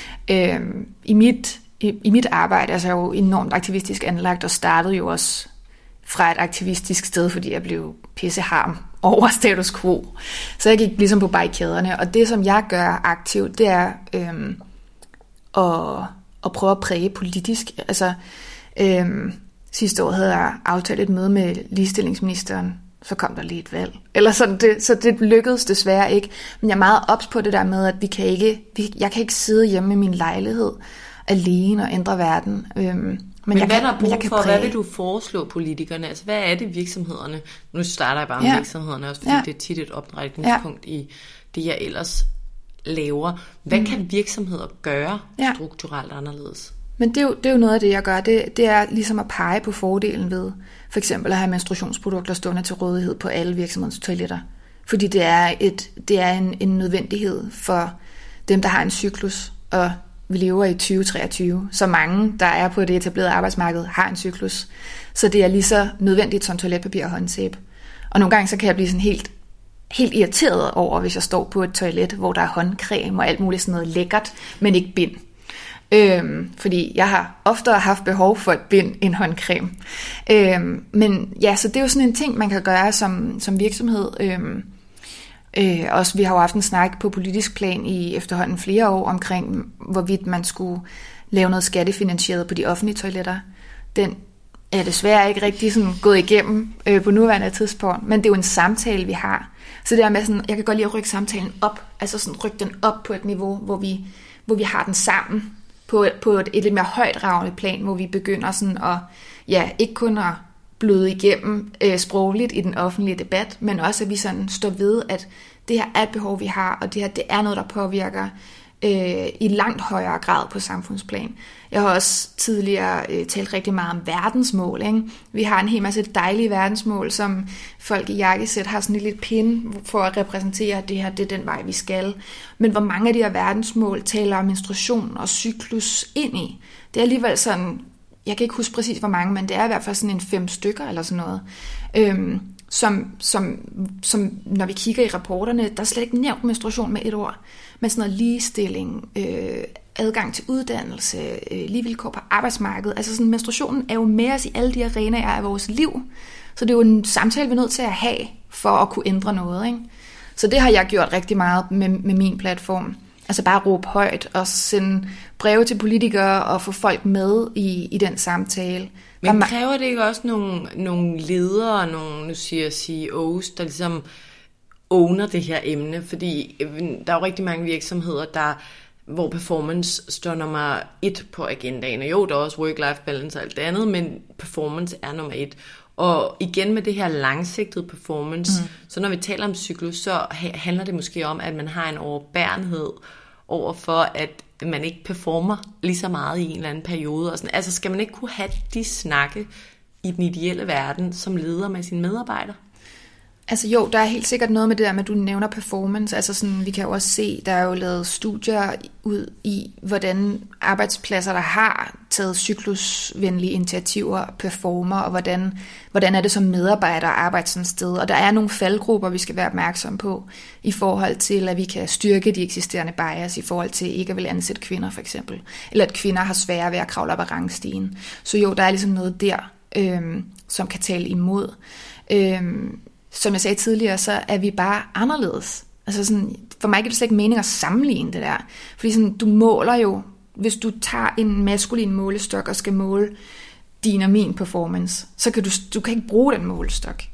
I mit arbejde altså jeg er jo enormt aktivistisk anlagt, og startede jo også fra et aktivistisk sted, fordi jeg blev pisseharm over status quo. Så jeg gik ligesom på barrikaderne, og det som jeg gør aktivt, det er at prøve at præge politisk. Altså sidste år havde jeg aftalt et møde med ligestillingsministeren, så kom der lige et valg. Eller sådan så det lykkedes desværre ikke. Men jeg er meget ops på det der med, at jeg kan ikke sidde hjemme i min lejlighed alene og ændre verden. Men hvad er der brug for? Hvad vil du foreslå politikerne? Altså, hvad er det virksomhederne? Nu starter jeg bare med virksomhederne også, fordi det er tit et opdrætningspunkt i det, jeg ellers laver. Hvad kan virksomheder gøre strukturelt anderledes? Men det er jo noget af det, jeg gør. Det er ligesom at pege på fordelen ved for eksempel at have menstruationsprodukter stående til rådighed på alle virksomhedens toiletter. Fordi det er en nødvendighed for dem, der har en cyklus, og vi lever i 2023. Så mange, der er på det etablerede arbejdsmarked, har en cyklus. Så det er lige så nødvendigt som toiletpapir og håndsæbe. Og nogle gange så kan jeg blive sådan helt irriteret over, hvis jeg står på et toilet, hvor der er håndcreme og alt muligt sådan noget lækkert, men ikke bind. Fordi jeg har oftere haft behov for et bind end håndcreme. Men ja, så det er jo sådan en ting, man kan gøre som virksomhed. Også vi har jo haft en snak på politisk plan i efterhånden flere år omkring, hvorvidt man skulle lave noget skattefinansieret på de offentlige toiletter. Den er desværre ikke rigtig sådan gået igennem på nuværende tidspunkt, men det er jo en samtale, vi har. Så det er med sådan, jeg kan godt lide at rykke samtalen op, altså sådan rykke den op på et niveau, hvor vi har den sammen på et lidt mere højtravende plan, hvor vi begynder sådan at, ikke kun at bløde igennem sprogligt i den offentlige debat, men også at vi sådan står ved, at det her er et behov, vi har, og det her det er noget, der påvirker i langt højere grad på samfundsplan. Jeg har også tidligere talt rigtig meget om verdensmål. Ikke? Vi har en hel masse dejlige verdensmål, som folk i jakkesæt har sådan en lille pinde for at repræsentere, at det her det er den vej, vi skal. Men hvor mange af de her verdensmål taler om menstruation og cyklus ind i? Det er alligevel sådan jeg kan ikke huske præcis hvor mange, men det er i hvert fald sådan en 5 stykker eller sådan noget, som når vi kigger i rapporterne, der er slet ikke nævnt menstruation med et ord, men sådan noget ligestilling, adgang til uddannelse, lige vilkår på arbejdsmarkedet. Altså sådan, menstruationen er jo med os i alle de arenaer af vores liv, så det er jo en samtale, vi er nødt til at have, for at kunne ændre noget, ikke? Så det har jeg gjort rigtig meget med min platform. Altså bare råbe højt og sende breve til politikere og få folk med i den samtale. Men kræver det ikke også nogle ledere, nogle, nu siger CEOs, der ligesom owner det her emne? Fordi der er jo rigtig mange virksomheder, hvor performance står nummer 1 på agendaen. Og jo, der er også work-life balance og alt det andet, men performance er nummer 1. Og igen med det her langsigtede performance, så når vi taler om cyklus, så handler det måske om, at man har en overbærenhed over for, at man ikke performer lige så meget i en eller anden periode. Og sådan. Altså skal man ikke kunne have de snakke i den ideelle verden som leder med sine medarbejdere? Altså jo, der er helt sikkert noget med det der med, at du nævner performance. Altså sådan, vi kan jo også se, der er jo lavet studier ud i, hvordan arbejdspladser, der har taget cyklusvenlige initiativer, performer, og hvordan er det som medarbejder at arbejde sådan et sted. Og der er nogle faldgrupper, vi skal være opmærksomme på, i forhold til, at vi kan styrke de eksisterende bias, i forhold til ikke at vil ansætte kvinder for eksempel. Eller at kvinder har sværere ved at kravle op ad rangstigen. Så jo, der er ligesom noget der, som kan tale imod. Som jeg sagde tidligere, så er vi bare anderledes. Altså sådan, for mig giver det slet ikke mening at sammenligne det der. Fordi sådan, du måler jo, hvis du tager en maskulin målestok og skal måle din og min performance, så kan du kan ikke bruge den målestok.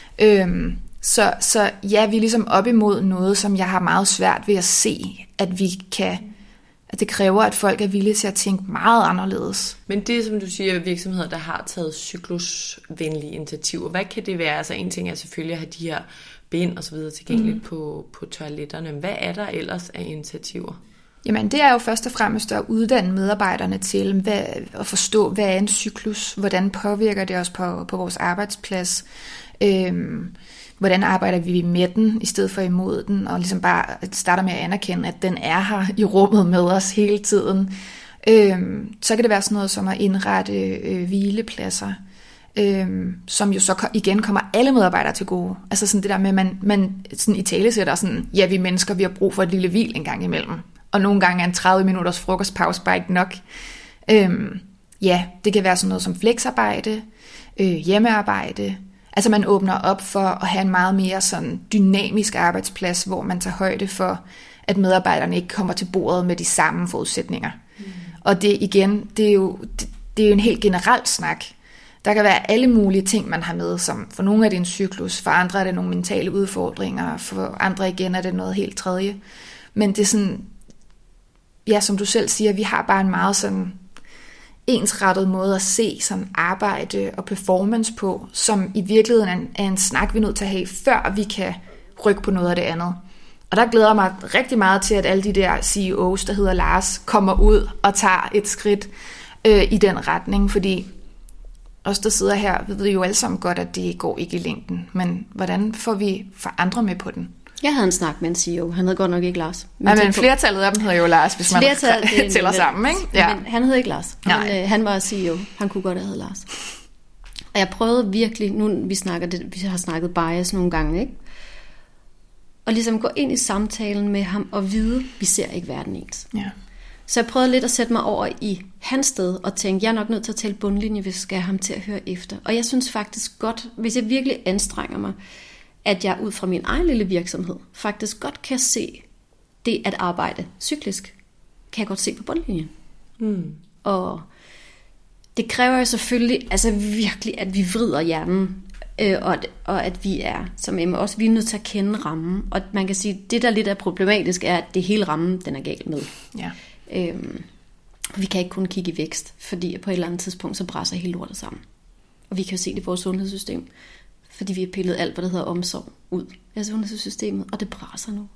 Så ja, vi er ligesom op imod noget, som jeg har meget svært ved at se, at vi kan... At det kræver, at folk er villige til at tænke meget anderledes. Men det, som du siger, virksomheder, der har taget cyklusvenlige initiativer, hvad kan det være? Altså en ting er selvfølgelig at have de her bind og så videre tilgængeligt på toiletterne. Hvad er der ellers af initiativer? Jamen det er jo først og fremmest at uddanne medarbejderne til at forstå, hvad er en cyklus? Hvordan påvirker det os på vores arbejdsplads? Hvordan arbejder vi med den, i stedet for imod den, og ligesom bare starter med at anerkende, at den er her i rummet med os hele tiden. Så kan det være sådan noget som at indrette hvilepladser, som jo så igen kommer alle medarbejdere til gode. Altså sådan det der med, at man sådan italesætter sådan, ja, vi mennesker, vi har brug for et lille hvil en gang imellem. Og nogle gange er en 30 minutters frokostpause bare ikke nok. Ja, det kan være sådan noget som flexarbejde, hjemmearbejde. Altså man åbner op for at have en meget mere sådan dynamisk arbejdsplads, hvor man tager højde for, at medarbejderne ikke kommer til bordet med de samme forudsætninger. Og det igen, det er jo en helt generelt snak. Der kan være alle mulige ting, man har med, som for nogle er det en cyklus, for andre er det nogle mentale udfordringer, for andre igen er det noget helt tredje. Men det er sådan, ja, som du selv siger, vi har bare en meget sådan ensrettet måde at se sådan arbejde og performance på, som i virkeligheden er en snak, vi er nødt til at have, før vi kan rykke på noget af det andet. Og der glæder jeg mig rigtig meget til, at alle de der CEOs, der hedder Lars, kommer ud og tager et skridt i den retning, fordi os, der sidder her, ved jo alle sammen godt, at det går ikke i længden. Men hvordan får vi andre med på den? Jeg havde en snak med en CEO. Han hed godt nok ikke Lars. Men flertallet af dem hedder jo Lars, hvis man tæller sammen, ikke? Ja. Men han hed ikke Lars. Han var CEO. Han kunne godt have heddet Lars. Og jeg prøvede virkelig, nu vi har snakket bias nogle gange, ikke? Og ligesom gå ind i samtalen med ham og vide, vi ser ikke verden ens. Ja. Så jeg prøvede lidt at sætte mig over i hans sted og tænke, jeg er nok nødt til at tale bundlinje, hvis jeg skal have ham til at høre efter. Og jeg synes faktisk godt, hvis jeg virkelig anstrenger mig, at jeg ud fra min egen lille virksomhed faktisk godt kan se det at arbejde cyklisk, kan jeg godt se på bundlinjen. Og det kræver jo selvfølgelig altså virkelig, at vi vrider hjernen, og at vi er, som Emma også, vi er nødt til at kende rammen. Og man kan sige, at det der lidt er problematisk, er, at det hele rammen, den er galt med. Ja. Vi kan ikke kun kigge i vækst, fordi på et eller andet tidspunkt, så brænder hele lortet sammen. Og vi kan jo se det i vores sundhedssystem, fordi vi har pillet alt, hvad der hedder omsorg, ud af sundhedssystemet, og det brænder nu.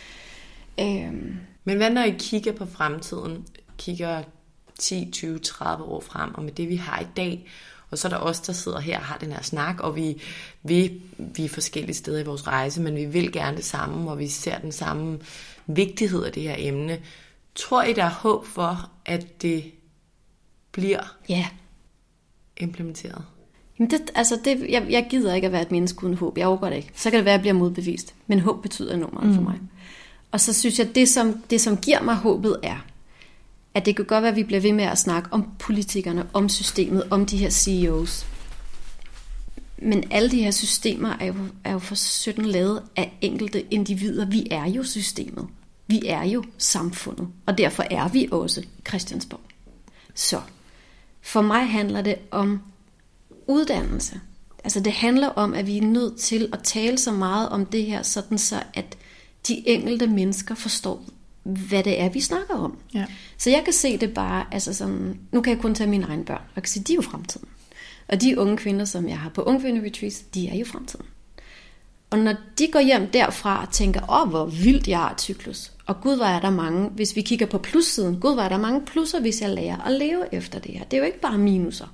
Men hvad når I kigger på fremtiden, kigger 10, 20, 30 år frem, og med det vi har i dag, og så er der os, der sidder her og har den her snak, og vi er forskellige steder i vores rejse, men vi vil gerne det samme, og vi ser den samme vigtighed af det her emne. Tror I, der er håb for, at det bliver? Ja, implementeret? Jamen jeg gider ikke at være et menneske uden håb. Jeg overgår det ikke. Så kan det være, at jeg bliver modbevist. Men håb betyder enormt meget for mig. Og så synes jeg, at det som giver mig håbet er, at det kan godt være, at vi bliver ved med at snakke om politikerne, om systemet, om de her CEOs. Men alle de her systemer er jo for 17 lavet af enkelte individer. Vi er jo systemet. Vi er jo samfundet. Og derfor er vi også Christiansborg. Så for mig handler det om uddannelse. Altså det handler om, at vi er nødt til at tale så meget om det her, sådan så at de enkelte mennesker forstår, hvad det er, vi snakker om. Ja. Så jeg kan se det bare, altså sådan, nu kan jeg kun tage mine egne børn, og jeg kan sige, de er jo fremtiden. Og de unge kvinder, som jeg har på ungkvinderetreats, de er jo fremtiden. Og når de går hjem derfra og tænker, hvor vildt jeg har et cyklus, og gud, hvor er der mange, hvis vi kigger på plussiden, gud, hvor er der mange plusser, hvis jeg lærer at leve efter det her. Det er jo ikke bare minuser.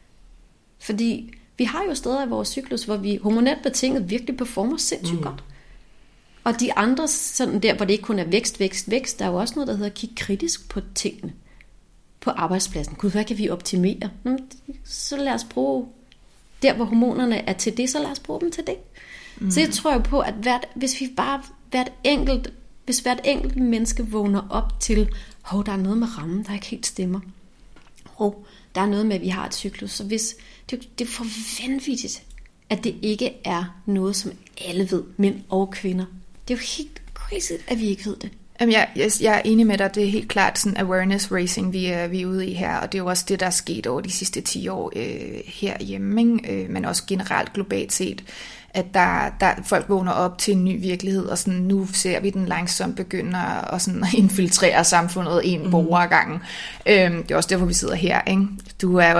Fordi vi har jo steder i vores cyklus, hvor vi hormonelt betinget virkelig performer sindssygt godt. Og de andre, sådan der, hvor det ikke kun er vækst, der er jo også noget, der hedder at kigge kritisk på tingene. På arbejdspladsen. Gud, hvad kan vi optimere? Så lad os bruge der, hvor hormonerne er til det, så lad os bruge dem til det. Så jeg tror jo på, at hvis hvert enkelt menneske vågner op til, der er noget med rammen, der ikke helt stemmer. Der er noget med, at vi har et cyklus. Så hvis det er for vanvittigt, at det ikke er noget, som alle ved, mænd og kvinder. Det er jo helt crazy, at vi ikke ved det. Jamen, jeg er enig med dig. Det er helt klart sådan awareness racing, vi er ude i her. Og det er jo også det, der er sket over de sidste 10 år herhjemme, ikke? Men også generelt globalt set. At der folk vågner op til en ny virkelighed, og sådan, nu ser vi den langsomt begynde at infiltrere samfundet en borger ad gangen. Det er også derfor, vi sidder her. Ikke? Du er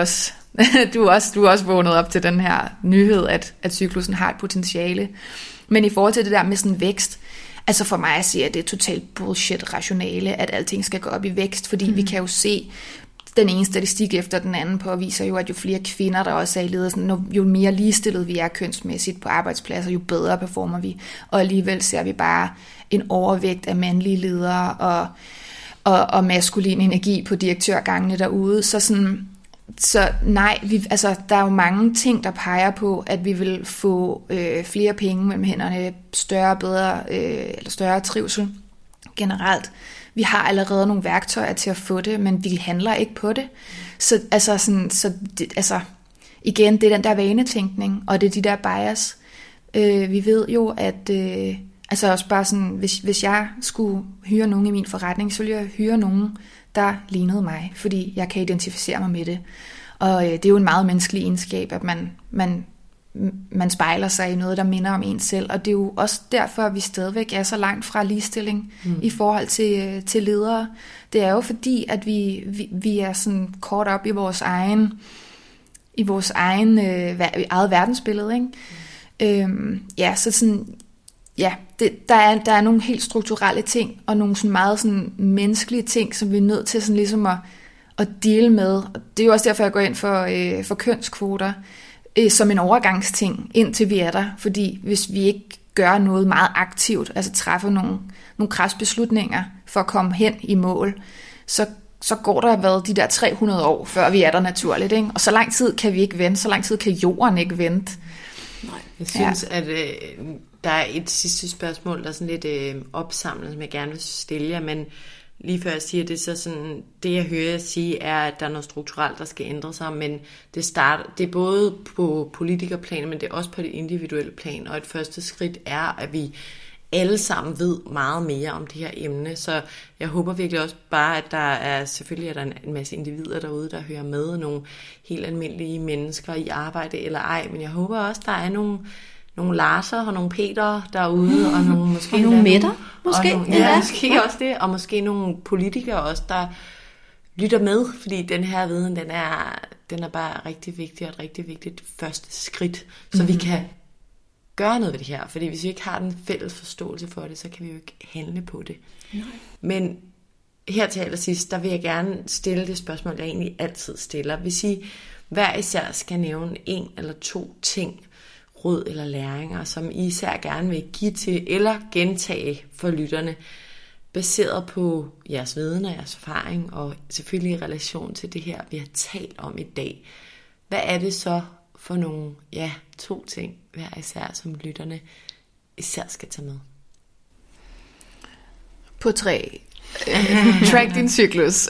også vågnet op til den her nyhed, at cyklusen har et potentiale. Men i forhold til det der med sådan vækst, altså for mig at sige, at det er totalt bullshit rationale, at alting skal gå op i vækst, fordi vi kan jo se, den ene statistik efter den anden påviser jo, at jo flere kvinder, der også er i ledelsen, jo mere ligestillet vi er kønsmæssigt på arbejdspladser, jo bedre performer vi. Og alligevel ser vi bare en overvægt af mandlige ledere og maskulin energi på direktørgangene derude. Så nej, der er jo mange ting, der peger på, at vi vil få flere penge mellem hænderne, større trivsel generelt. Vi har allerede nogle værktøjer til at få det, men vi handler ikke på det. Igen, det er den der vanetænkning, og det er de der bias. Vi ved jo, at også bare sådan, hvis jeg skulle hyre nogen i min forretning, så ville jeg hyre nogen, der lignede mig, fordi jeg kan identificere mig med det. Og det er jo en meget menneskelig egenskab, at man spejler sig i noget, der minder om en selv. Og det er jo også derfor, at vi stadigvæk er så langt fra ligestilling i forhold til ledere. Det er jo fordi, at vi er sådan kort op i vores eget verdensbillede, ikke? Der er nogle helt strukturelle ting, og nogle sådan meget sådan menneskelige ting, som vi er nødt til sådan ligesom at deale med. Og det er jo også derfor, jeg går ind for kønskvoter, som en overgangsting, indtil vi er der. Fordi hvis vi ikke gør noget meget aktivt, altså træffer nogle kraftbeslutninger for at komme hen i mål, så går der været de der 300 år, før vi er der naturligt. Ikke? Og så lang tid kan vi ikke vente, så lang tid kan jorden ikke vente. Nej, jeg synes, at der er et sidste spørgsmål, der er sådan lidt opsamlet, som jeg gerne vil stille jer, men lige før jeg siger det, så sådan, det jeg hører jer sige, er, at der er noget strukturelt, der skal ændre sig, men det er både på politikerplanen, men det er også på det individuelle plan, og et første skridt er, at vi alle sammen ved meget mere om det her emne, så jeg håber virkelig også bare, at selvfølgelig er der en masse individer derude, der hører med, nogle helt almindelige mennesker i arbejde eller ej, men jeg håber også, der er nogle Larser og nogle Peter derude, og nogle måske nogle Mætter, måske. Måske også det, og måske nogle politikere også, der lytter med, fordi den her viden, den er bare rigtig vigtig, og et rigtig vigtigt første skridt, så vi kan gøre noget ved det her, fordi hvis vi ikke har den fælles forståelse for det, så kan vi jo ikke handle på det. Nej. Men her til allersidst, der vil jeg gerne stille det spørgsmål, jeg egentlig altid stiller. Hvis I hver især skal nævne 1 eller 2 ting, råd eller læringer, som I især gerne vil give til eller gentage for lytterne, baseret på jeres viden og jeres erfaring, og selvfølgelig i relation til det her, vi har talt om i dag. hvad er det så for nogle 2 ting hver især, som lytterne især skal tage med? På 3. Track din cyklus.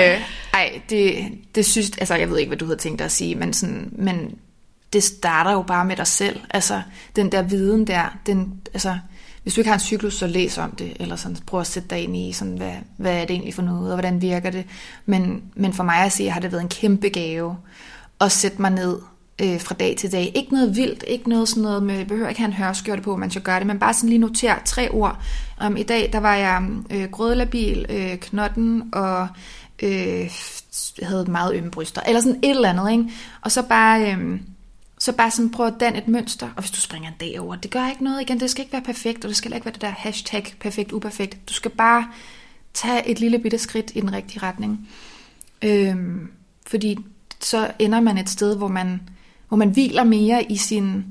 Det synes, altså jeg ved ikke, hvad du havde tænkt dig at sige, men det starter jo bare med dig selv. Altså den der viden der, hvis du ikke har en cyklus, så læs om det, eller sådan, prøv at sætte dig ind i, sådan, hvad er det egentlig for noget, og hvordan virker det. Men for mig at se, har det været en kæmpe gave at sætte mig ned fra dag til dag. Ikke noget vildt, ikke noget sådan noget med, behøver ikke have en hørskjorte på, man skal gøre det, men bare sådan lige notere 3 ord. I dag, der var jeg grødlabil, knotten, og jeg havde meget ømme bryster, eller sådan et eller andet, ikke? Og så bare sådan prøve at danne et mønster, og hvis du springer en dag over, det gør ikke noget igen, det skal ikke være perfekt, og det skal ikke være det der #perfekt uperfekt. Du skal bare tage et lille bitte skridt i den rigtige retning. Fordi så ender man et sted, hvor man hviler mere i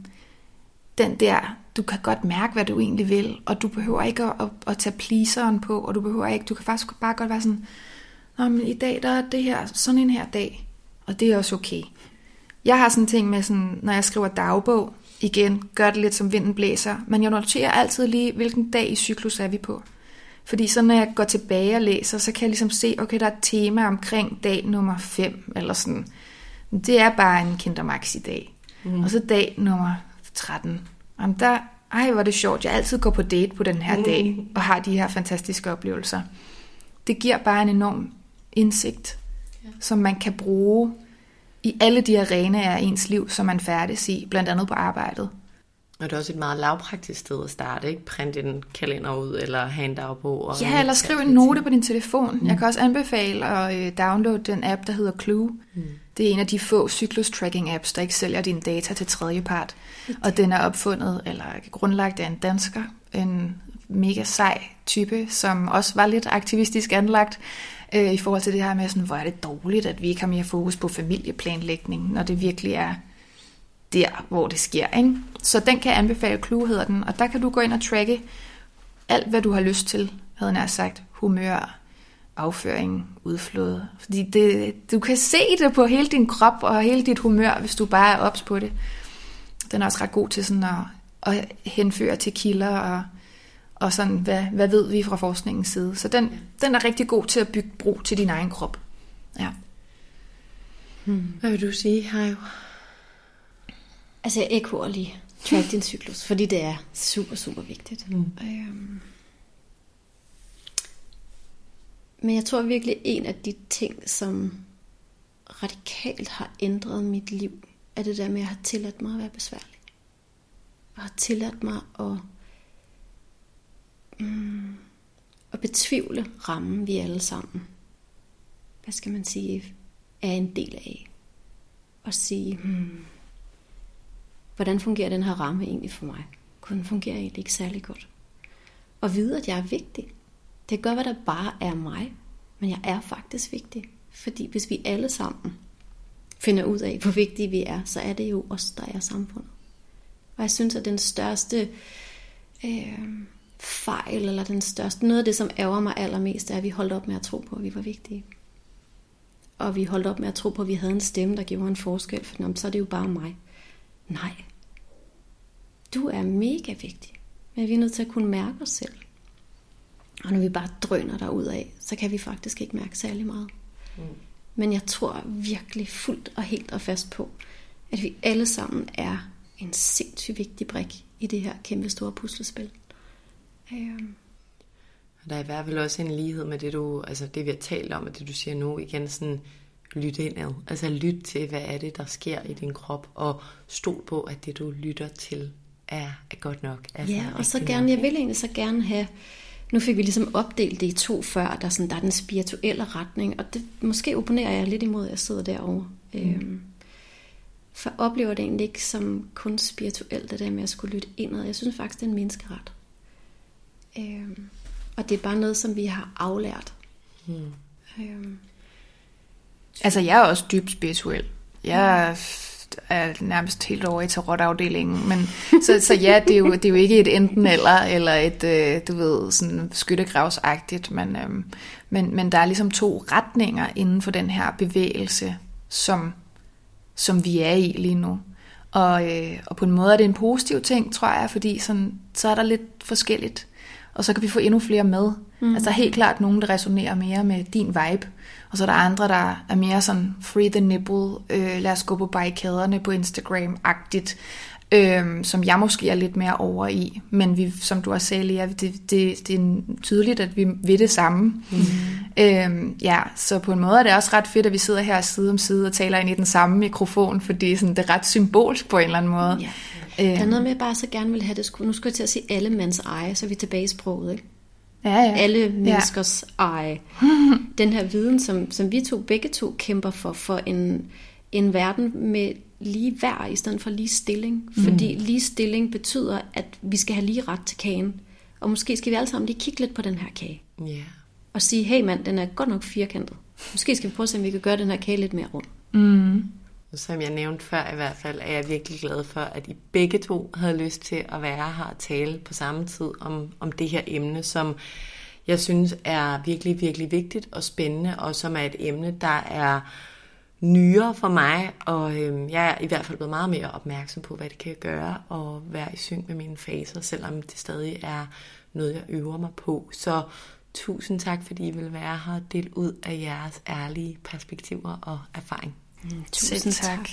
den der, du kan godt mærke, hvad du egentlig vil, og du behøver ikke at tage pleaseren på, og du kan faktisk bare godt være sådan, nå, men i dag, der er det her, sådan en her dag, og det er også okay. Jeg har sådan en ting med, sådan, når jeg skriver dagbog, igen, gør det lidt som vinden blæser, men jeg noterer altid lige, hvilken dag i cyklus er vi på. Fordi så når jeg går tilbage og læser, så kan jeg ligesom se, okay, der er et tema omkring dag nummer 5, eller sådan. Det er bare en kindermax i dag. Og så dag nummer 13. Jamen hvor er det sjovt, jeg altid går på date på den her dag, og har de her fantastiske oplevelser. Det giver bare en enorm indsigt, som man kan bruge i alle de arenaer af ens liv, som man færdes i, blandt andet på arbejdet. Og det er også et meget lavpraktisk sted at starte, ikke? Print en kalender ud, eller have en dagbog. Ja, eller skriv en note på din telefon. Jeg kan også anbefale at downloade den app, der hedder Clue. Det er en af de få cyklus-tracking-apps, der ikke sælger dine data til tredjepart. Og den er opfundet, eller grundlagt af en dansker, en mega sej type, som også var lidt aktivistisk anlagt, i forhold til det her med, sådan, hvor er det dårligt, at vi ikke har mere fokus på familieplanlægning, når det virkelig er der, hvor det sker. Ikke? Så den kan jeg anbefale, Clue hedder den, og der kan du gå ind og tracke alt, hvad du har lyst til, havde jeg sagt, humør, afføring, udflod. Fordi du kan se det på hele din krop og hele dit humør, hvis du bare er ops på det. Den er også ret god til sådan at henføre til kilder og sådan, hvad ved vi fra forskningens side. Så den er rigtig god til at bygge bro til din egen krop. Ja. Hvad vil du sige, Hajo? Altså jeg ekkoer lige track din cyklus, fordi det er super, super vigtigt. Men jeg tror virkelig, en af de ting, som radikalt har ændret mit liv, er det der med, at jeg har tilladt mig at være besværlig. Jeg har tilladt mig at betvivle rammen, vi alle sammen, hvad skal man sige, er en del af. Og sige, hvordan fungerer den her ramme egentlig for mig? Den fungerer egentlig ikke særlig godt. Og vide, at jeg er vigtig. Det kan godt være, der bare er mig, men jeg er faktisk vigtig. Fordi hvis vi alle sammen finder ud af, hvor vigtige vi er, så er det jo os, der er samfundet. Og jeg synes, at den største fejl, eller den største, noget af det, som ærger mig allermest, er, at vi holdt op med at tro på, at vi var vigtige. Og vi holdt op med at tro på, at vi havde en stemme, der gjorde en forskel, for så er det jo bare mig. Nej. Du er mega vigtig, men vi er nødt til at kunne mærke os selv. Og når vi bare drøner derudad, så kan vi faktisk ikke mærke særlig meget. Men jeg tror virkelig fuldt og helt og fast på, at vi alle sammen er en sindssygt vigtig brik i det her kæmpe store puslespil. Der er i hvert fald også en lighed med det vi har talt om, og det du siger nu igen, sådan lyt indad. Altså lyt til, hvad er det, der sker i din krop, og stol på, at det du lytter til er godt nok. Altså, ja, og så gerne, jeg vil egentlig så gerne have, nu fik vi ligesom opdelt det i 2 før, der er den spirituelle retning, og det måske opponerer jeg lidt imod, at jeg sidder derovre. For jeg oplever det egentlig ikke som kun spirituelt, det der med at skulle lytte indad. Jeg synes faktisk, det er en menneskeret. Og det er bare noget, som vi har aflært. Altså, jeg er også dybt spirituel. Jeg er nærmest helt over i tarotafdelingen. Men, så ja, det er jo ikke et enten eller et, du ved, sådan skyttegravsagtigt. Men der er ligesom 2 retninger inden for den her bevægelse, som som vi er i lige nu. Og på en måde er det en positiv ting, tror jeg, fordi sådan, så er der lidt forskelligt. Og så kan vi få endnu flere med. Altså der er helt klart nogen, der resonerer mere med din vibe. Og så er der andre, der er mere sådan free the nipple, lad os gå på barrikaderne på Instagram-agtigt. Som jeg måske er lidt mere over i. Men vi, som du også sagde, Lea, det er tydeligt, at vi vil det samme. Så på en måde er det også ret fedt, at vi sidder her side om side og taler ind i den samme mikrofon, fordi sådan, det er ret symbolsk på en eller anden måde. Ja. Der er noget med, at jeg bare så gerne vil have det. Nu skal jeg til at sige alle mands eje, så er vi tilbage i sproget, ikke? Ja. Alle menneskers eje. Den her viden, som vi begge to kæmper for en verden med lige værd i stedet for lige stilling. Fordi lige stilling betyder, at vi skal have lige ret til kagen. Og måske skal vi alle sammen lige kigge lidt på den her kage. Yeah. Og sige, hey mand, den er godt nok firkantet. Måske skal vi prøve at se, om vi kan gøre den her kage lidt mere rund. Som jeg nævnte før i hvert fald, er jeg virkelig glad for, at I begge to havde lyst til at være her og tale på samme tid om det her emne, som jeg synes er virkelig, virkelig vigtigt og spændende, og som er et emne, der er nyere for mig, og jeg er i hvert fald blevet meget mere opmærksom på, hvad det kan gøre, og være i sync med mine faser, selvom det stadig er noget, jeg øver mig på. Så tusind tak, fordi I vil være her og dele ud af jeres ærlige perspektiver og erfaring. Tusind tak.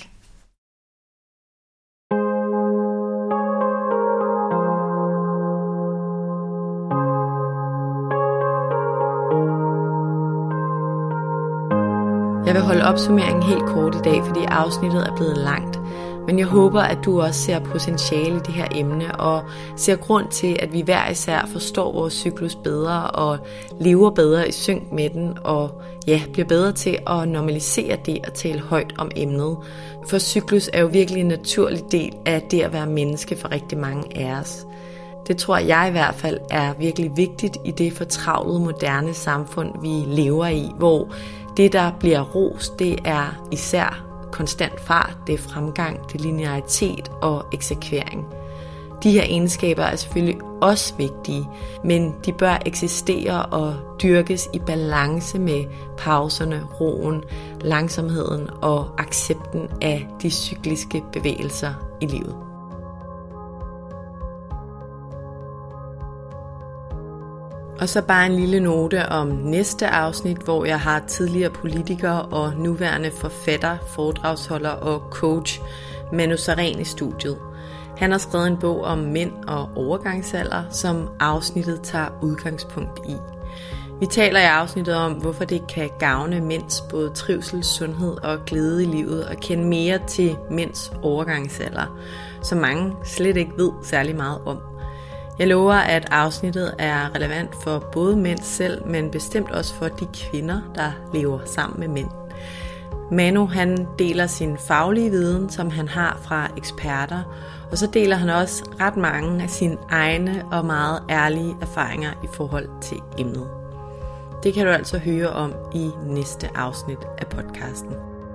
Jeg vil holde opsummeringen helt kort i dag, fordi afsnittet er blevet langt. Men jeg håber, at du også ser potentiale i det her emne, og ser grund til, at vi hver især forstår vores cyklus bedre, og lever bedre i synk med den, og bliver bedre til at normalisere det og tale højt om emnet. For cyklus er jo virkelig en naturlig del af det at være menneske for rigtig mange af os. Det tror jeg i hvert fald er virkelig vigtigt i det fortravlede moderne samfund, vi lever i, hvor det, der bliver rost, det er især konstant fart, det er fremgang, det er linearitet og eksekvering. De her egenskaber er selvfølgelig også vigtige, men de bør eksistere og dyrkes i balance med pauserne, roen, langsomheden og accepten af de cykliske bevægelser i livet. Og så bare en lille note om næste afsnit, hvor jeg har tidligere politiker og nuværende forfatter, foredragsholder og coach Manu Sareen i studiet. Han har skrevet en bog om mænd og overgangsalder, som afsnittet tager udgangspunkt i. Vi taler i afsnittet om, hvorfor det kan gavne mænds både trivsel, sundhed og glæde i livet og kende mere til mænds overgangsalder, som mange slet ikke ved særlig meget om. Jeg lover, at afsnittet er relevant for både mænd selv, men bestemt også for de kvinder, der lever sammen med mænd. Manu, han deler sin faglige viden, som han har fra eksperter, og så deler han også ret mange af sine egne og meget ærlige erfaringer i forhold til emnet. Det kan du altså høre om i næste afsnit af podcasten.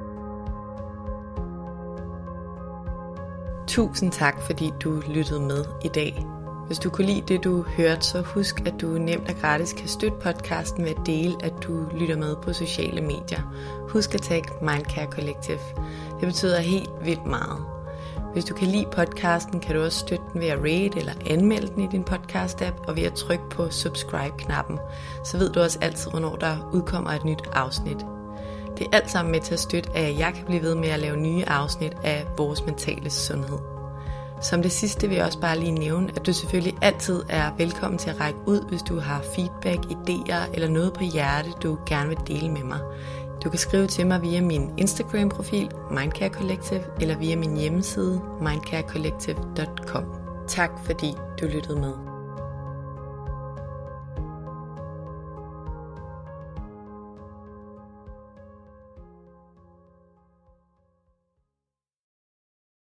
Tusind tak, fordi du lyttede med i dag. Hvis du kunne lide det, du hørte, så husk, at du nemt og gratis kan støtte podcasten ved at dele, at du lytter med på sociale medier. Husk at tagge Mindcare Collective. Det betyder helt vildt meget. Hvis du kan lide podcasten, kan du også støtte den ved at rate eller anmelde den i din podcast-app, og ved at trykke på subscribe-knappen. Så ved du også altid, hvornår der udkommer et nyt afsnit. Det er alt sammen med til at støtte, at jeg kan blive ved med at lave nye afsnit af vores mentale sundhed. Som det sidste vil jeg også bare lige nævne, at du selvfølgelig altid er velkommen til at række ud, hvis du har feedback, idéer eller noget på hjerte, du gerne vil dele med mig. Du kan skrive til mig via min Instagram-profil, Mindcare Collective, eller via min hjemmeside, mindcarecollective.com. Tak fordi du lyttede med.